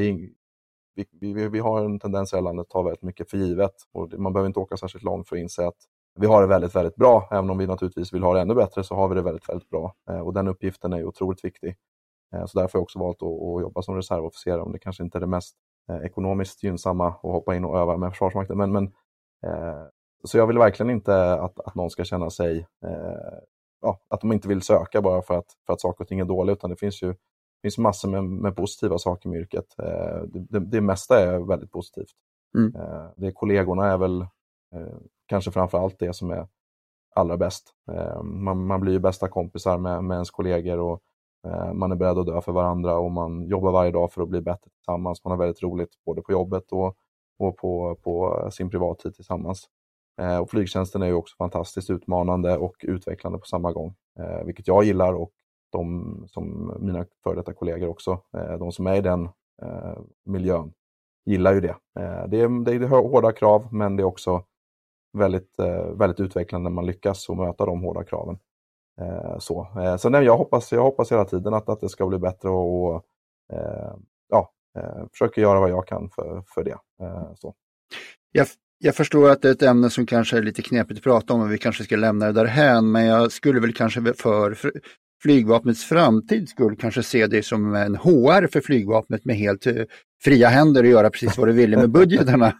Vi har en tendens i det landet att ta väldigt mycket för givet, och man behöver inte åka särskilt långt för att inse att vi har det väldigt, väldigt bra. Även om vi naturligtvis vill ha det ännu bättre så har vi det väldigt, väldigt bra. Och den uppgiften är otroligt viktig. Så därför har jag också valt att jobba som reservofficer, om det kanske inte är det mest ekonomiskt gynnsamma att hoppa in och öva med Försvarsmakten. Så jag vill verkligen inte att någon ska känna sig att de inte vill söka bara för att saker och ting är dåliga, utan det finns massor med positiva saker med yrket. Det mesta är väldigt positivt. Det kollegorna är väl kanske framförallt det som är allra bäst. Man blir ju bästa kompisar med ens kollegor, och man är beredd att dö för varandra, och man jobbar varje dag för att bli bättre tillsammans. Man har väldigt roligt både på jobbet och på sin privattid tillsammans. Och flygtjänsten är ju också fantastiskt utmanande och utvecklande på samma gång, vilket jag gillar, och de som mina före detta kollegor också, de som är i den miljön gillar ju det. Det är hårda krav, men det är också väldigt, väldigt utvecklande när man lyckas att möta de hårda kraven. Så nej, jag hoppas hela tiden att det ska bli bättre, och försöker göra vad jag kan för det. Så.
Jag förstår att det är ett ämne som kanske är lite knepigt att prata om och vi kanske ska lämna det därhän, men jag skulle väl kanske för flygvapnets framtid skulle kanske se det som en HR för flygvapnet med helt fria händer och göra precis vad du vill med budgeterna.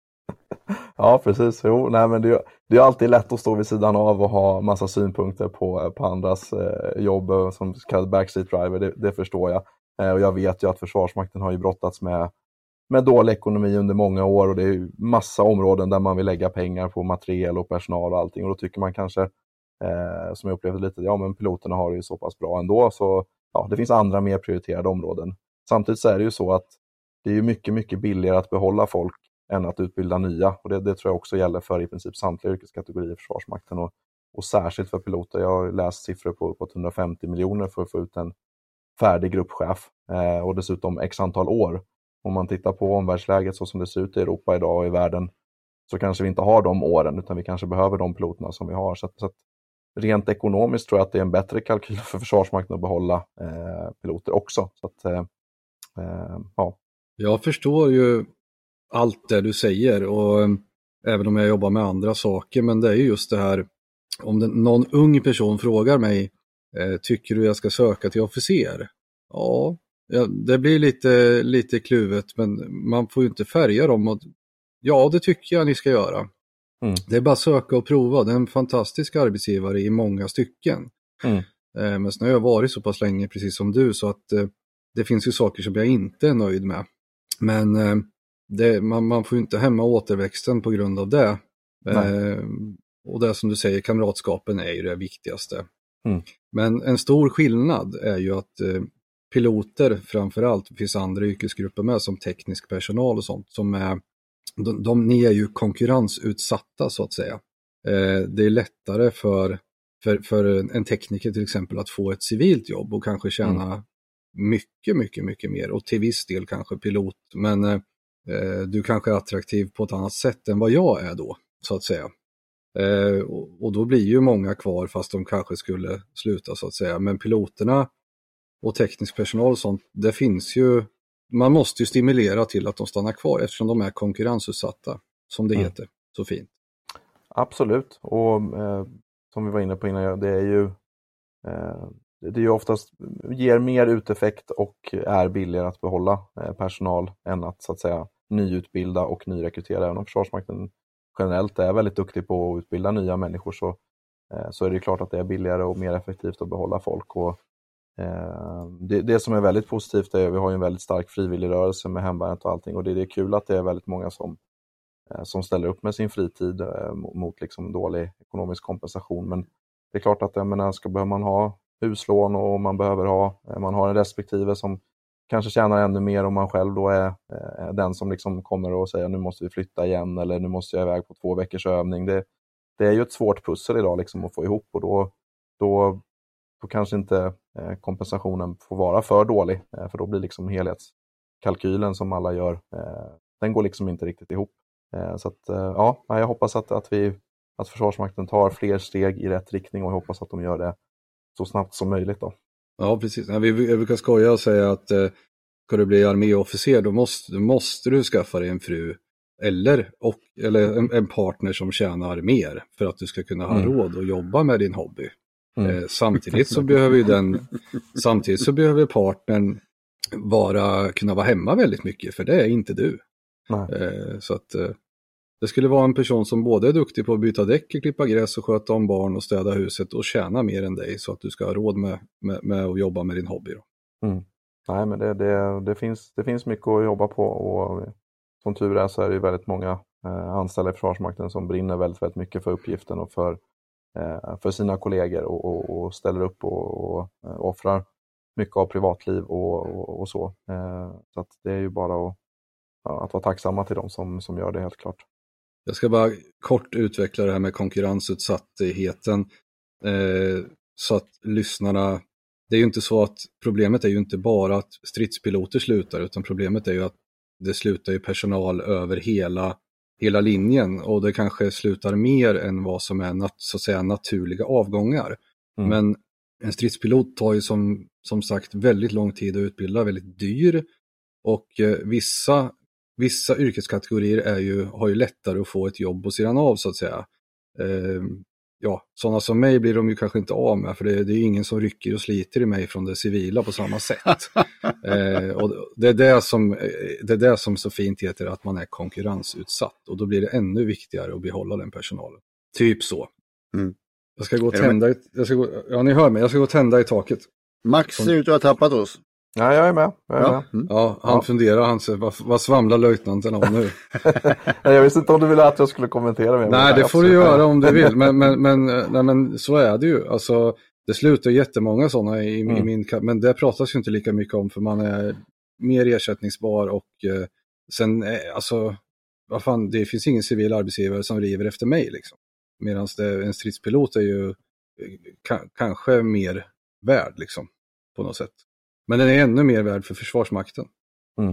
Ja, precis. Jo, nej, men det är alltid lätt att stå vid sidan av och ha massa synpunkter på andras jobb som så kallad backseat driver, det förstår jag. Och jag vet ju att Försvarsmakten har ju brottats med dålig ekonomi under många år och det är ju massa områden där man vill lägga pengar på materiel och personal och allting och då tycker man kanske, som jag upplevde lite, ja men piloterna har det ju så pass bra ändå så ja, det finns andra mer prioriterade områden. Samtidigt så är det ju så att det är ju mycket, mycket billigare att behålla folk än att utbilda nya och det tror jag också gäller för i princip samtliga yrkeskategorier i Försvarsmakten och särskilt för piloter. Jag har läst siffror på 150 miljoner för att få ut en färdig gruppchef och dessutom x antal år. Om man tittar på omvärldsläget så som det ser ut i Europa idag och i världen så kanske vi inte har de åren utan vi kanske behöver de piloterna som vi har. Så att rent ekonomiskt tror jag att det är en bättre kalkyl för Försvarsmakten att behålla piloter också. Så att, ja.
Jag förstår ju allt det du säger och även om jag jobbar med andra saker, men det är ju just det här om någon ung person frågar mig tycker du jag ska söka till officer? Ja, det blir lite kluvet men man får ju inte färga dem och ja, det tycker jag ni ska göra. Mm. Det är bara söka och prova. Det är en fantastisk arbetsgivare i många stycken. Mm. Men sen har jag varit så pass länge precis som du så att det finns ju saker som jag inte är nöjd med. Men man får ju inte hämma återväxten på grund av det. Och det som du säger, kamratskapen är ju det viktigaste. Mm. Men en stor skillnad är ju att piloter framförallt, det finns andra yrkesgrupper med som teknisk personal och sånt som är ni är ju konkurrensutsatta så att säga. Det är lättare för en tekniker till exempel att få ett civilt jobb och kanske tjäna mycket, mycket, mycket mer och till viss del kanske pilot. Men du kanske är attraktiv på ett annat sätt än vad jag är då så att säga. Och då blir ju många kvar fast de kanske skulle sluta så att säga. Men piloterna och teknisk personal och sånt, det finns ju. Man måste ju stimulera till att de stannar kvar eftersom de är konkurrensutsatta, som det heter, så fint.
Absolut, och som vi var inne på innan, det är ju oftast ger mer uteffekt och är billigare att behålla personal än att så att säga nyutbilda och nyrekrytera. Även om Försvarsmakten generellt är väldigt duktig på att utbilda nya människor så är det klart att det är billigare och mer effektivt att behålla folk och det som är väldigt positivt är att vi har en väldigt stark frivillig rörelse med hemvärnet och allting och det är kul att det är väldigt många som ställer upp med sin fritid mot liksom dålig ekonomisk kompensation, men det är klart att behöver man ha huslån och man har en respektive som kanske tjänar ännu mer om man själv då är den som liksom kommer och säger nu måste vi flytta igen eller nu måste jag iväg på 2 veckors övning. Det är ju ett svårt pussel idag liksom att få ihop och då kanske inte kompensationen får vara för dålig för då blir liksom helhetskalkylen som alla gör, den går liksom inte riktigt ihop. Så att ja, jag hoppas att Försvarsmakten tar fler steg i rätt riktning och jag hoppas att de gör det så snabbt som möjligt då. Ja,
precis. Vi brukar skoja och säga att ska du bli arméofficer då måste du skaffa dig en fru eller en partner som tjänar mer för att du ska kunna ha råd att jobba med din hobby. Samtidigt så behöver partnern kunna vara hemma väldigt mycket för det är inte du. Så att det skulle vara en person som både är duktig på att byta däck, klippa gräs och sköta om barn och städa huset och tjäna mer än dig så att du ska ha råd med att jobba med din hobby då.
Nej, men det finns mycket att jobba på och som tur är så är det väldigt många anställda i Försvarsmakten som brinner väldigt, väldigt mycket för uppgiften och för sina kollegor och ställer upp och offrar mycket av privatliv och så. Så att det är ju bara att vara tacksamma till dem som gör det helt klart.
Jag ska bara kort utveckla det här med konkurrensutsattheten så att lyssnarna, det är ju inte så att problemet är ju inte bara att stridspiloter slutar utan problemet är ju att det slutar ju personal över hela linjen och det kanske slutar mer än vad som är så att säga naturliga avgångar. Men en stridspilot tar ju som sagt väldigt lång tid att utbilda, väldigt dyr och vissa vissa yrkeskategorier har ju lättare att få ett jobb på sidan av så att säga. Sådana som mig blir de ju kanske inte av med, för det är ingen som rycker och sliter i mig från det civila på samma sätt. Och det är det som så fint heter att man är konkurrensutsatt, och då blir det ännu viktigare att behålla den personalen. Typ så. Mm. Jag ska gå och tända ni hör mig, jag ska gå och tända i taket.
Max ser ut att ha tappat oss.
Ja, jag är med.
Han funderar, han säger, vad svamlar löjtnanten om nu?
Jag visste inte om du ville att jag skulle kommentera med.
Nej, det får du göra om du vill, men så är det ju. Alltså, det slutar jättemånga sådana i min, men det pratas ju inte lika mycket om, för man är mer ersättningsbar, och sen, alltså, vad fan, det finns ingen civil arbetsgivare som river efter mig liksom. Medan en stridspilot är ju kanske mer värd liksom, på något sätt. Men den är ännu mer värd för Försvarsmakten. Mm.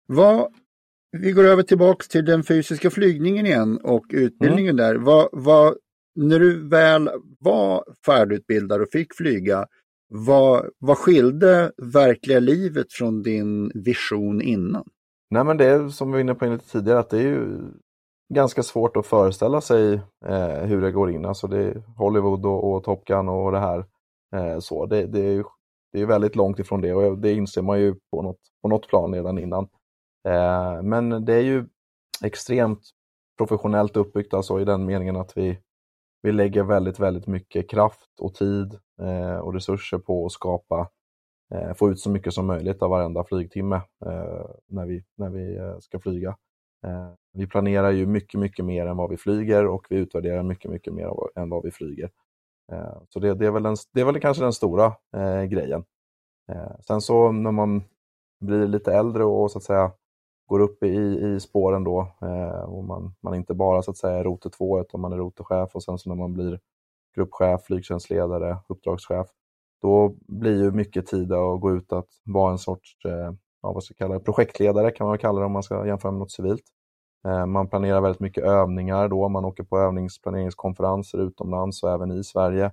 Vi går över tillbaka till den fysiska flygningen igen och utbildningen där. När du väl var färdigutbildad och fick flyga, vad skilde verkliga livet från din vision innan?
Nej, men det är som vi var inne på lite tidigare, att det är ju ganska svårt att föreställa sig hur det går in. Alltså det är Hollywood och Top Gun och det här. Så det är ju väldigt långt ifrån det, och det inser man ju på något plan redan innan. Men det är ju extremt professionellt uppbyggt, alltså i den meningen att vi lägger väldigt, väldigt mycket kraft och tid och resurser på att få ut så mycket som möjligt av varenda flygtimme när vi ska flyga. Vi planerar ju mycket, mycket mer än vad vi flyger, och vi utvärderar mycket, mycket mer än vad vi flyger. Så det är väl kanske den stora grejen. Sen så när man blir lite äldre och så att säga går upp i spåren då, och man inte bara så att säga är rote 2, utan man är rotechef, och sen så när man blir gruppchef, flygtjänstledare, uppdragschef, då blir ju mycket tid att gå ut att vara en sorts vad ska jag kalla det, projektledare kan man kalla det om man ska jämföra med något civilt. Man planerar väldigt mycket övningar då, man åker på övningsplaneringskonferenser utomlands och även i Sverige,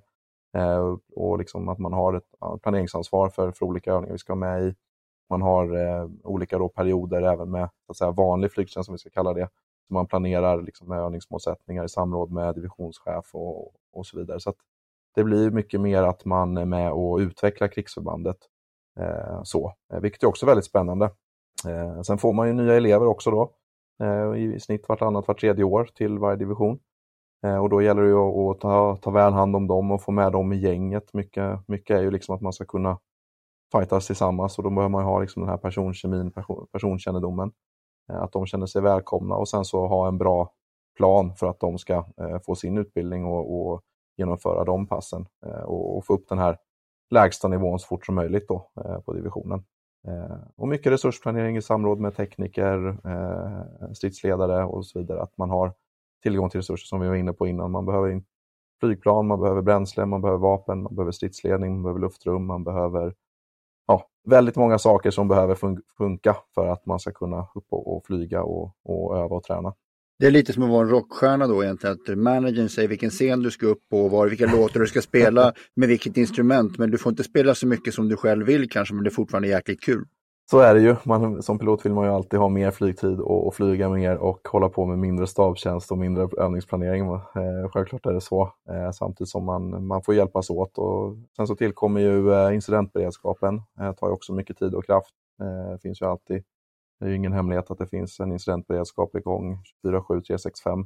och liksom att man har ett planeringsansvar för olika övningar vi ska vara med i. Man har olika då perioder även med så att säga vanlig flygtjänst, som vi ska kalla det. Så man planerar liksom med övningsmålsättningar i samråd med divisionschef och så vidare. Så att det blir mycket mer att man är med och utvecklar krigsförbandet, vilket är också väldigt spännande. Sen får man ju nya elever också då, i snitt vart tredje år till varje division. Och då gäller det ju att ta väl hand om dem och få med dem i gänget. Mycket är ju liksom att man ska kunna fightas tillsammans, och då behöver man ha liksom den här personkemin, personkännedomen. Att de känner sig välkomna, och sen så ha en bra plan för att de ska få sin utbildning och genomföra de passen. Och få upp den här lägsta nivån så fort som möjligt då, på divisionen. Och mycket resursplanering i samråd med tekniker, stridsledare och så vidare. Att man har tillgång till resurser som vi var inne på innan. Man behöver flygplan, man behöver bränsle, man behöver vapen, man behöver stridsledning, man behöver luftrum, man behöver väldigt många saker som behöver funka för att man ska kunna upp och flyga och öva och träna.
Det är lite som att vara en rockstjärna då egentligen, att managern säger vilken scen du ska upp på, vilka låtar du ska spela med vilket instrument, men du får inte spela så mycket som du själv vill kanske, men det är fortfarande jäkligt kul.
Så är det ju. Som pilot vill man ju alltid ha mer flygtid och flyga mer och hålla på med mindre stabstjänst och mindre övningsplanering. Självklart är det så. Samtidigt som man får hjälpas åt. Och sen så tillkommer ju incidentberedskapen. Det tar ju också mycket tid och kraft. Det finns ju alltid. Det är ju ingen hemlighet att det finns en incidentberedskap igång 24/7/365.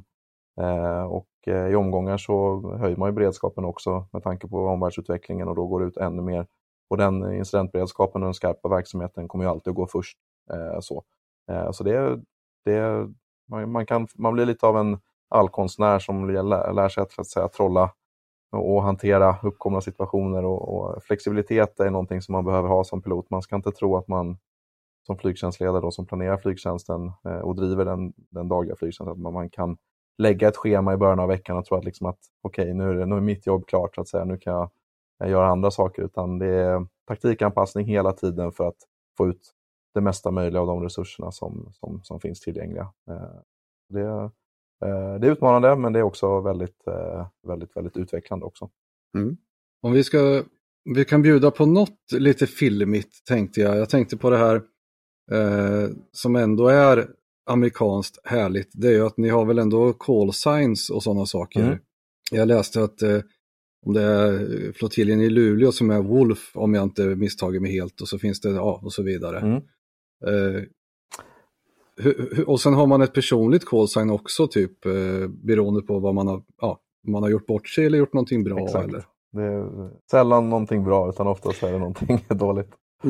Och i omgångar så höjer man ju beredskapen också med tanke på omvärldsutvecklingen, och då går det ut ännu mer. Och den incidentberedskapen och den skarpa verksamheten kommer ju alltid att gå först. Så man blir lite av en allkonstnär som lär sig att säga, trolla och hantera uppkomna situationer. Och flexibilitet är någonting som man behöver ha som pilot. Man ska inte tro att man som flygtjänstledare då, som planerar flygtjänsten och driver den dagliga flygtjänsten, att man kan lägga ett schema i början av veckan och tro att, liksom att okej, nu är mitt jobb klart, så att säga, nu kan jag göra andra saker, utan det är taktikanpassning hela tiden för att få ut det mesta möjliga av de resurserna som finns tillgängliga. Det är utmanande, men det är också väldigt, väldigt, väldigt utvecklande också.
Mm. Om vi kan bjuda på något lite filmigt, tänkte jag. Jag tänkte på det här som ändå är amerikanskt härligt, det är ju att ni har väl ändå call signs och sådana saker. Jag läste att om det är flottiljen i Luleå som är Wolf, om jag inte misstagit mig helt, och så finns det och så vidare. Och sen har man ett personligt call sign också, typ beroende på vad man har gjort bort sig eller gjort någonting bra.
Exakt.
Eller?
Det är sällan någonting bra, utan oftast är det någonting dåligt.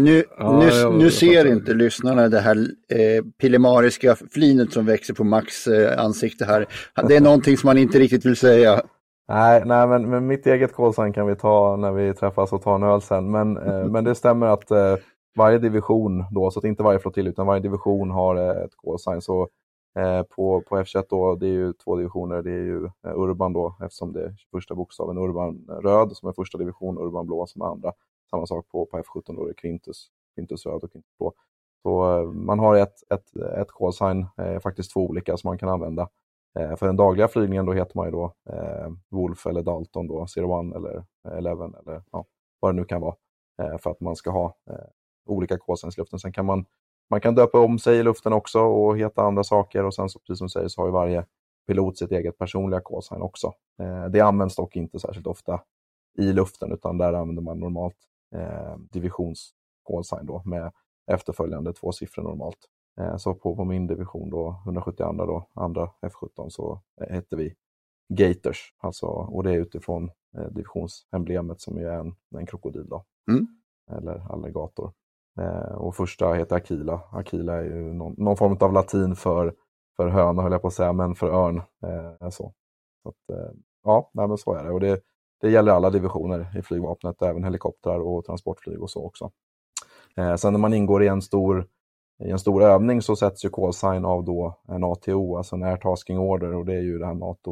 Nu ser inte lyssnarna det här pillemariska flinet som växer på Max ansikte här. Det är någonting som man inte riktigt vill säga.
Nej, men mitt eget callsign kan vi ta när vi träffas och tar en öl sen. Men det stämmer att varje division då, så att inte varje flottilj utan varje division har ett callsign. Så på F21 då, det är ju 2 divisioner. Det är ju Urban då, eftersom det är första bokstaven. Urban röd som är första division, Urban blå som är andra. Samma sak på F17 då, det är Quintus röd och Quintus blå. Så man har ett callsign, faktiskt 2 olika som man kan använda. För den dagliga flygningen då heter man ju då Wolf eller Dalton då, 01 eller 11 eller vad det nu kan vara. För att man ska ha olika callsigns i luften. Sen kan man kan döpa om sig i luften också och heta andra saker. Och sen så precis som du säger så har ju varje pilot sitt eget personliga callsign också. Det används dock inte särskilt ofta i luften, utan där använder man normalt divisions callsign då med efterföljande 2 siffror normalt. Så på min division då, 172 då, andra F17, så heter vi Gators. Alltså, och det är utifrån divisionsemblemet som är en krokodil då. Eller alligator. Och första heter Aquila. Aquila är ju någon form av latin för höna, höll jag på att säga, men för örn. Så att, men så är det. Och det gäller alla divisioner i flygvapnet, även helikoptrar och transportflyg och så också. Sen när man ingår i en stor övning så sätts ju callsign av då en ATO, alltså en Air Tasking Order, och det är ju den här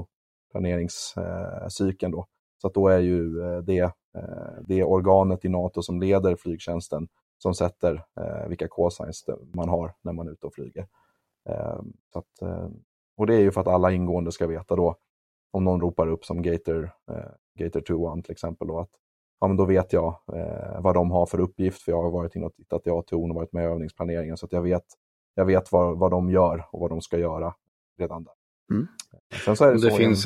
NATO-planeringscykeln då. Så att då är ju det organet i NATO som leder flygtjänsten som sätter vilka callsigns man har när man är ute och flyger. Och det är ju för att alla ingående ska veta då, om någon ropar upp som Gator 2-1 till exempel då, att men då vet jag vad de har för uppgift, för jag har varit inne och tittat i ATO och varit med i övningsplaneringen, så att jag vet vad de gör och vad de ska göra redan där. Sen så är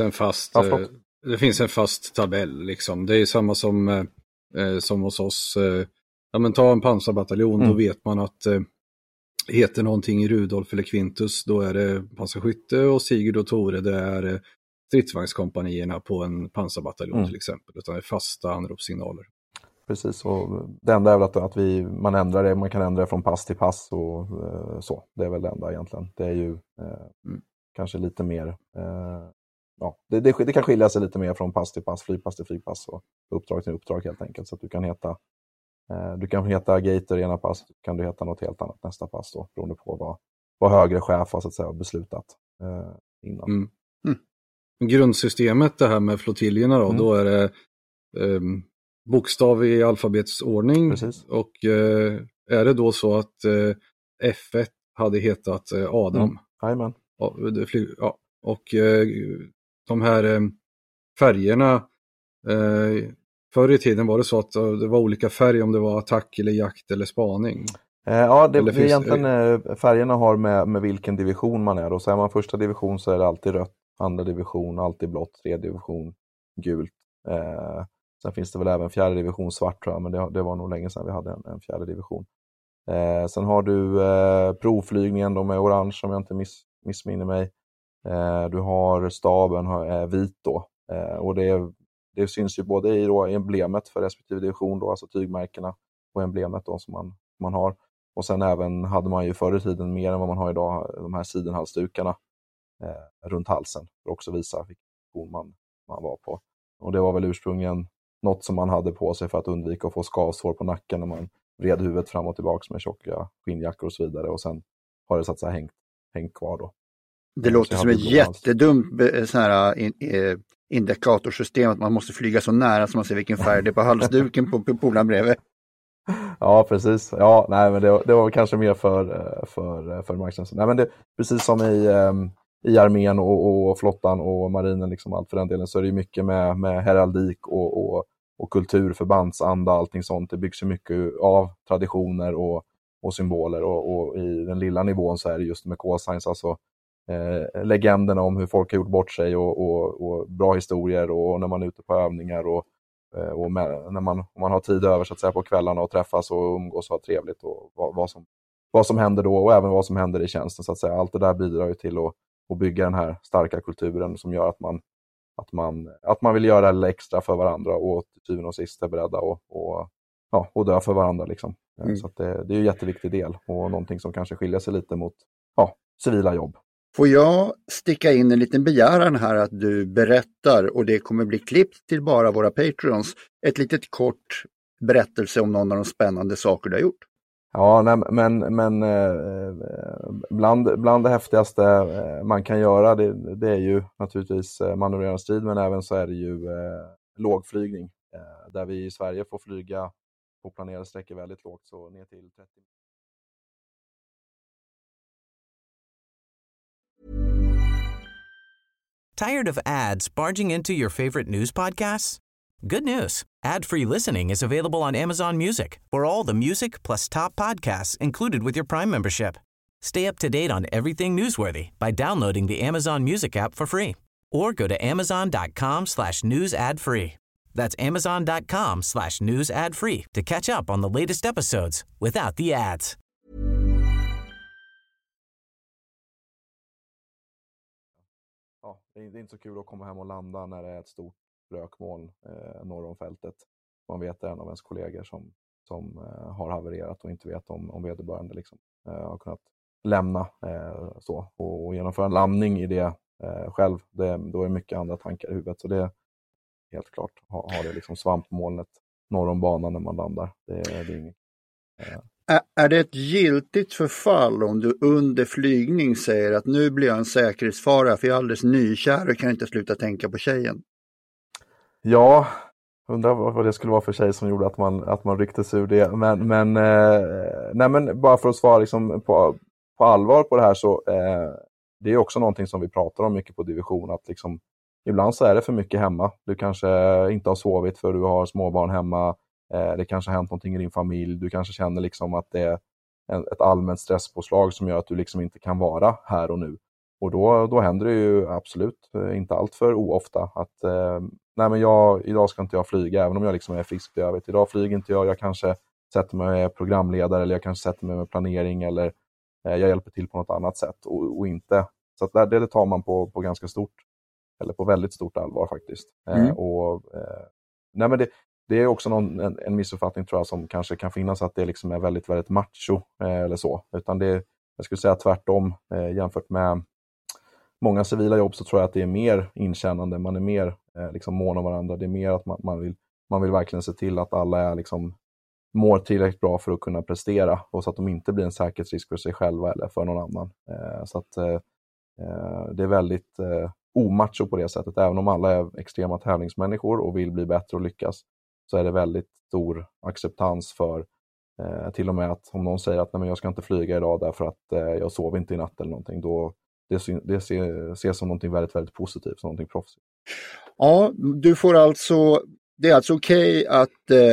det finns en fast tabell liksom. Det är samma som hos oss. Ta en pansarbataljon, då vet man att heter någonting Rudolf eller Quintus, då är det pansarskytte, och Sigurd och Tore, det är stridsvagnskompanierna på en pansarbataljon till exempel, utan det är fasta anropssignaler.
Precis, och det enda är väl att man ändrar det, man kan ändra det från pass till pass och så. Det är väl det enda egentligen. Det är ju kanske lite mer, det kan skilja sig lite mer från pass till pass, flygpass till flygpass och uppdrag till uppdrag helt enkelt. Så att du kan heta Gator i ena pass, kan du heta något helt annat nästa pass då, beroende på vad högre chef har så att säga beslutat innan.
Grundsystemet, det här med flottiljerna då är det bokstav i alfabetsordning.
Precis.
Och är det då så att F1 hade hetat Adam?
Jajamän.
Och de här färgerna, förr i tiden var det så att det var olika färg om det var attack eller jakt eller spaning.
Det egentligen färgerna har med vilken division man är. Och så är man första division så är det alltid rött, andra division alltid blått, tredje division gult. Sen finns det väl även fjärde division svart, tror jag, men det var nog länge sedan vi hade en fjärde division. Sen har du provflygningen, de är orange om jag inte missminner mig. Du har staben vit då. Och det syns ju både i då emblemet för respektive division då, alltså tygmärkena och emblemet då som man har. Och sen även hade man ju förr i tiden mer än vad man har idag, de här sidenhalsdukarna runt halsen för att också visa vilken division man var på. Och det var väl ursprungligen något som man hade på sig för att undvika att få skavsår på nacken när man vred huvudet fram och tillbaka med tjocka skinnjackor och så vidare. Och sen har det så att säga hängt kvar då.
Det låter som ett jättedumt sån här indikatorsystem, att man måste flyga så nära så man ser vilken färg det är på halsduken på polaren bredvid.
Ja, precis. Ja, nej, men det var kanske mer för marknaden. Nej, men det precis som i armén och flottan och marinen, liksom allt för den delen, så är det mycket med heraldik och kultur, förbandsanda, allting sånt. Det byggs ju mycket av traditioner och och symboler, och i den lilla nivån så är det just med callsigns, alltså legenderna om hur folk har gjort bort sig och bra historier, och när man är ute på övningar och när man har tid över så att säga på kvällarna och träffas och umgås och ha trevligt, och vad som händer då, och även vad som händer i tjänsten så att säga. Allt det där bidrar ju till att bygga den här starka kulturen som gör att man vill göra extra för varandra, och till syvende och sist är beredda och dö för varandra liksom. Så att det är ju en jätteviktig del, och någonting som kanske skiljer sig lite mot civila jobb.
Får jag sticka in en liten begäran här att du berättar, och det kommer bli klippt till bara våra Patreons, ett litet kort berättelse om någon av de spännande saker du har gjort?
Ja, men bland det häftigaste man kan göra, det är ju naturligtvis manövrerande strid, men även så är det ju lågflygning, där vi i Sverige får flyga på planerade sträckor väldigt lågt, så ner till 30.
Tired of ads barging into your favorite news podcasts? Good news. Ad-free listening is available on Amazon Music for all the music plus top podcasts included with your Prime membership. Stay up to date on everything newsworthy by downloading the Amazon Music app for free or go to amazon.com/news ad free. That's amazon.com/news ad free to catch up on the latest episodes without the ads.
Ja, det är inte så kul att komma hem och landa när det är ett stort rökmoln norr om fältet. Man vet en av ens kollegor som har havererat och inte vet om vederbörande liksom, har kunnat lämna så och genomföra en landning i det själv. Då är det mycket andra tankar i huvudet, så det är helt klart har det liksom svampmolnet norr om banan när man landar. Det är inget.
Är det ett giltigt förfall om du under flygning säger att nu blir jag en säkerhetsfara för jag är alldeles nykär och kan inte sluta tänka på tjejen?
Ja, undrar vad det skulle vara för tjej som gjorde att man rycktes ur det. Men bara för att svara liksom på allvar på det här, så det är också någonting som vi pratar om mycket på division, att liksom, ibland så är det för mycket hemma. Du kanske inte har sovit för du har småbarn hemma. Det kanske har hänt någonting i din familj. Du kanske känner liksom att det är ett allmänt stresspåslag som gör att du liksom inte kan vara här och nu. Och då händer det ju absolut inte allt för oofta att nej men idag ska inte jag flyga, även om jag liksom är frisk i övrigt. Idag flyger inte jag kanske sätter mig med programledare, eller jag kanske sätter mig med planering, eller jag hjälper till på något annat sätt och inte. Så att det tar man på ganska stort, eller på väldigt stort allvar faktiskt. Nej men det är också en missuppfattning tror jag som kanske kan finnas, att det liksom är väldigt, väldigt macho eller så. Utan jag skulle säga tvärtom, jämfört med många civila jobb så tror jag att det är mer inkännande. Man är mer liksom mån om varandra. Det är mer att man vill verkligen se till att alla är liksom mår tillräckligt bra för att kunna prestera, och så att de inte blir en säkerhetsrisk för sig själva eller för någon annan. Så att det är väldigt omacho på det sättet. Även om alla är extrema tävlingsmänniskor och vill bli bättre och lyckas, så är det väldigt stor acceptans för till och med att om någon säger att nej, men jag ska inte flyga idag därför att jag sov inte i natt eller någonting, då det ses som någonting väldigt, väldigt positivt, som någonting proffsigt.
Ja, du får alltså, det är alltså okej att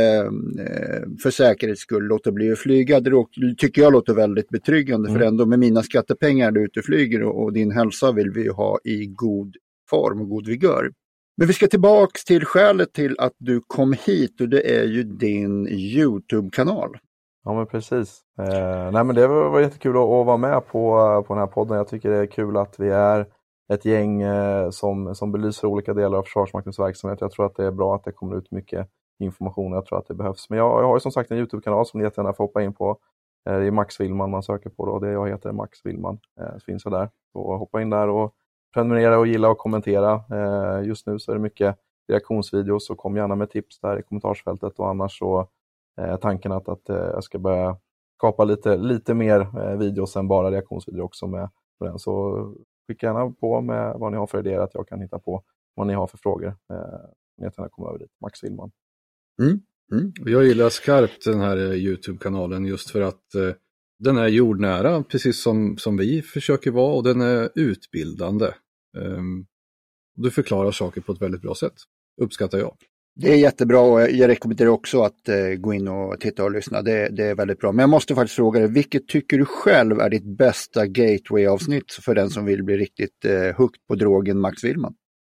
för säkerhets skull låta bli att flyga. Det tycker jag låter väldigt betryggande, för ändå med mina skattepengar du ute flyger och din hälsa vill vi ha i god form och god vigör. Men vi ska tillbaks till skälet till att du kom hit, och det är ju din YouTube-kanal.
Ja men precis. Nej men det var jättekul att vara med på den här podden. Jag tycker det är kul att vi är ett gäng som belyser olika delar av Försvarsmaktens verksamhet. Jag tror att det är bra att det kommer ut mycket information. Jag tror att det behövs. Men jag har ju som sagt en YouTube-kanal som ni jättegärna får hoppa in på. Det är Max Willman man söker på då. Det jag heter Max Willman. Finns jag där. Så hoppa in där och prenumerera och gilla och kommentera. Just nu så är det mycket reaktionsvideos, så kom gärna med tips där i kommentarsfältet, och annars så tanken att jag ska börja skapa lite mer videos än bara reaktionsvideor också med på den. Så skicka gärna på med vad ni har för idéer, att jag kan hitta på vad ni har för frågor. Ni kan komma över dit. Max Willman.
Jag gillar skarpt den här YouTube-kanalen just för att den är jordnära, precis som vi försöker vara, och den är utbildande. Du förklarar saker på ett väldigt bra sätt. Uppskattar jag.
Det är jättebra och jag rekommenderar också att gå in och titta och lyssna. Det är väldigt bra. Men jag måste faktiskt fråga dig, vilket tycker du själv är ditt bästa gateway-avsnitt för den som vill bli riktigt hooked på drogen Max Willman?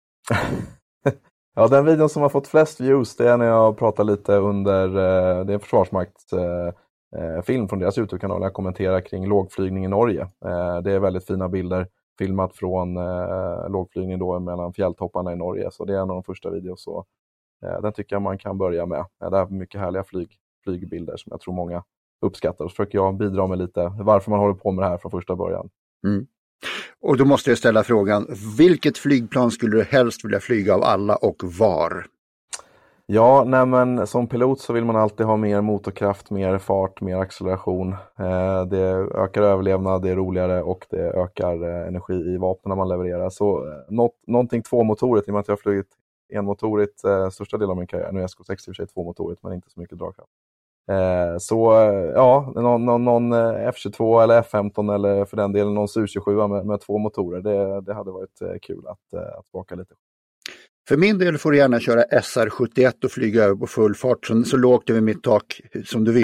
Ja, den videon som har fått flest views, det är när jag pratar lite under, det är en försvarsmaktsfilm från deras YouTube-kanal. Jag kommenterar kring lågflygning i Norge. Det är väldigt fina bilder filmat från lågflygning då mellan fjälltopparna i Norge. Så det är en av de första videos. Så den tycker jag man kan börja med. Det är mycket härliga flygbilder som jag tror många uppskattar. Och så försöker jag bidra med lite varför man håller på med det här från första början.
Mm. Och då måste jag ställa frågan, vilket flygplan skulle du helst vilja flyga av alla och var?
Ja, men som pilot så vill man alltid ha mer motorkraft, mer fart, mer acceleration. Det ökar överlevnad, det är roligare och det ökar energi i vapnen man levererar. Så någonting tvåmotorigt, i och med att jag har flugit enmotorigt största delen av min karriär. Nu är SK60 i och för sig tvåmotorigt, men inte så mycket dragkraft. Så ja, någon F22 eller F15 eller för den delen någon Su-27 med två motorer. Det hade varit kul att baka lite.
För min del får du gärna köra SR-71 och flyga över på full fart så lågt över mitt tak som du vill.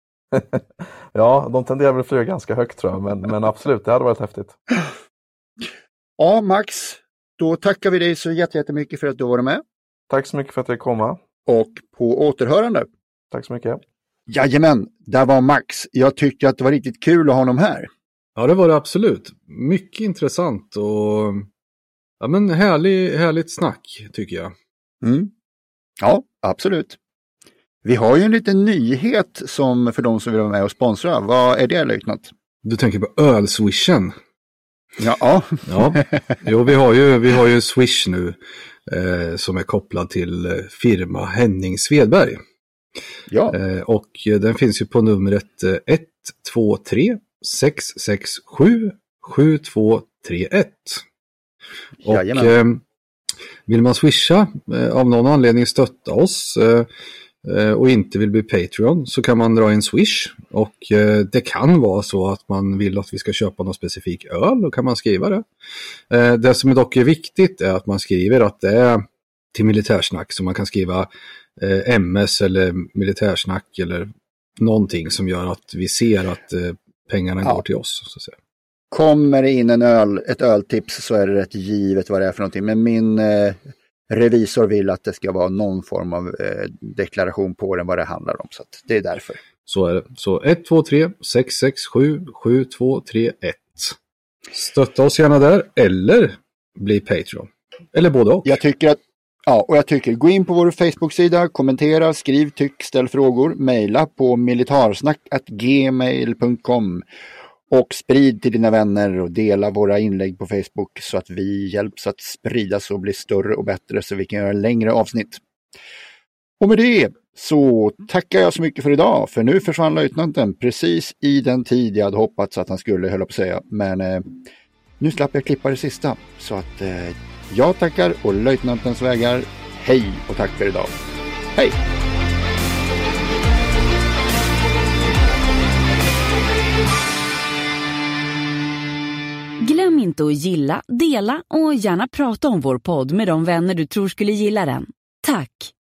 Ja, de tenderar väl att flyga ganska högt tror jag, men absolut, det hade varit häftigt.
Ja, Max, då tackar vi dig så jättemycket för att du var med.
Tack så mycket för att jag kom.
Och på återhörande.
Tack så mycket.
Jajamän, där var Max. Jag tycker att det var riktigt kul att ha honom här.
Ja, det var det absolut. Mycket intressant och ja, men härligt snack tycker jag.
Mm. Ja, absolut. Vi har ju en liten nyhet som för de som vill vara med och sponsra. Vad är det, löjtnant?
Du tänker på ölswishen?
Ja.
Jo, vi har ju Swish nu som är kopplad till firma Henning Svedberg.
Ja.
Och den finns ju på numret 123 667 7231. Och vill man swisha av någon anledning stötta oss och inte vill bli Patreon så kan man dra en swish och det kan vara så att man vill att vi ska köpa någon specifik öl, då kan man skriva det. Det som dock är viktigt är att man skriver att det är till militärsnack, så man kan skriva MS eller militärsnack eller någonting som gör att vi ser att pengarna går till oss så att säga.
Kommer det in ett öltips så är det rätt givet vad det är för någonting. Men min revisor vill att det ska vara någon form av deklaration på den vad det handlar om. Så att det är därför.
Så är det. Så 123 667 7231. Stötta oss gärna där eller bli Patreon. Eller både och.
Jag tycker gå in på vår Facebook-sida, kommentera, skriv, tyck, ställ frågor, mejla på militarsnack@gmail.com. Och sprid till dina vänner och dela våra inlägg på Facebook så att vi hjälps att spridas och bli större och bättre så vi kan göra längre avsnitt. Och med det så tackar jag så mycket för idag, för nu försvann löjtnanten precis i den tid jag hade hoppats att han skulle, höll på att säga. Men nu slapp jag klippa det sista, så att jag tackar och löjtnantens vägar. Hej och tack för idag. Hej!
Glöm inte att gilla, dela och gärna prata om vår podd med de vänner du tror skulle gilla den. Tack!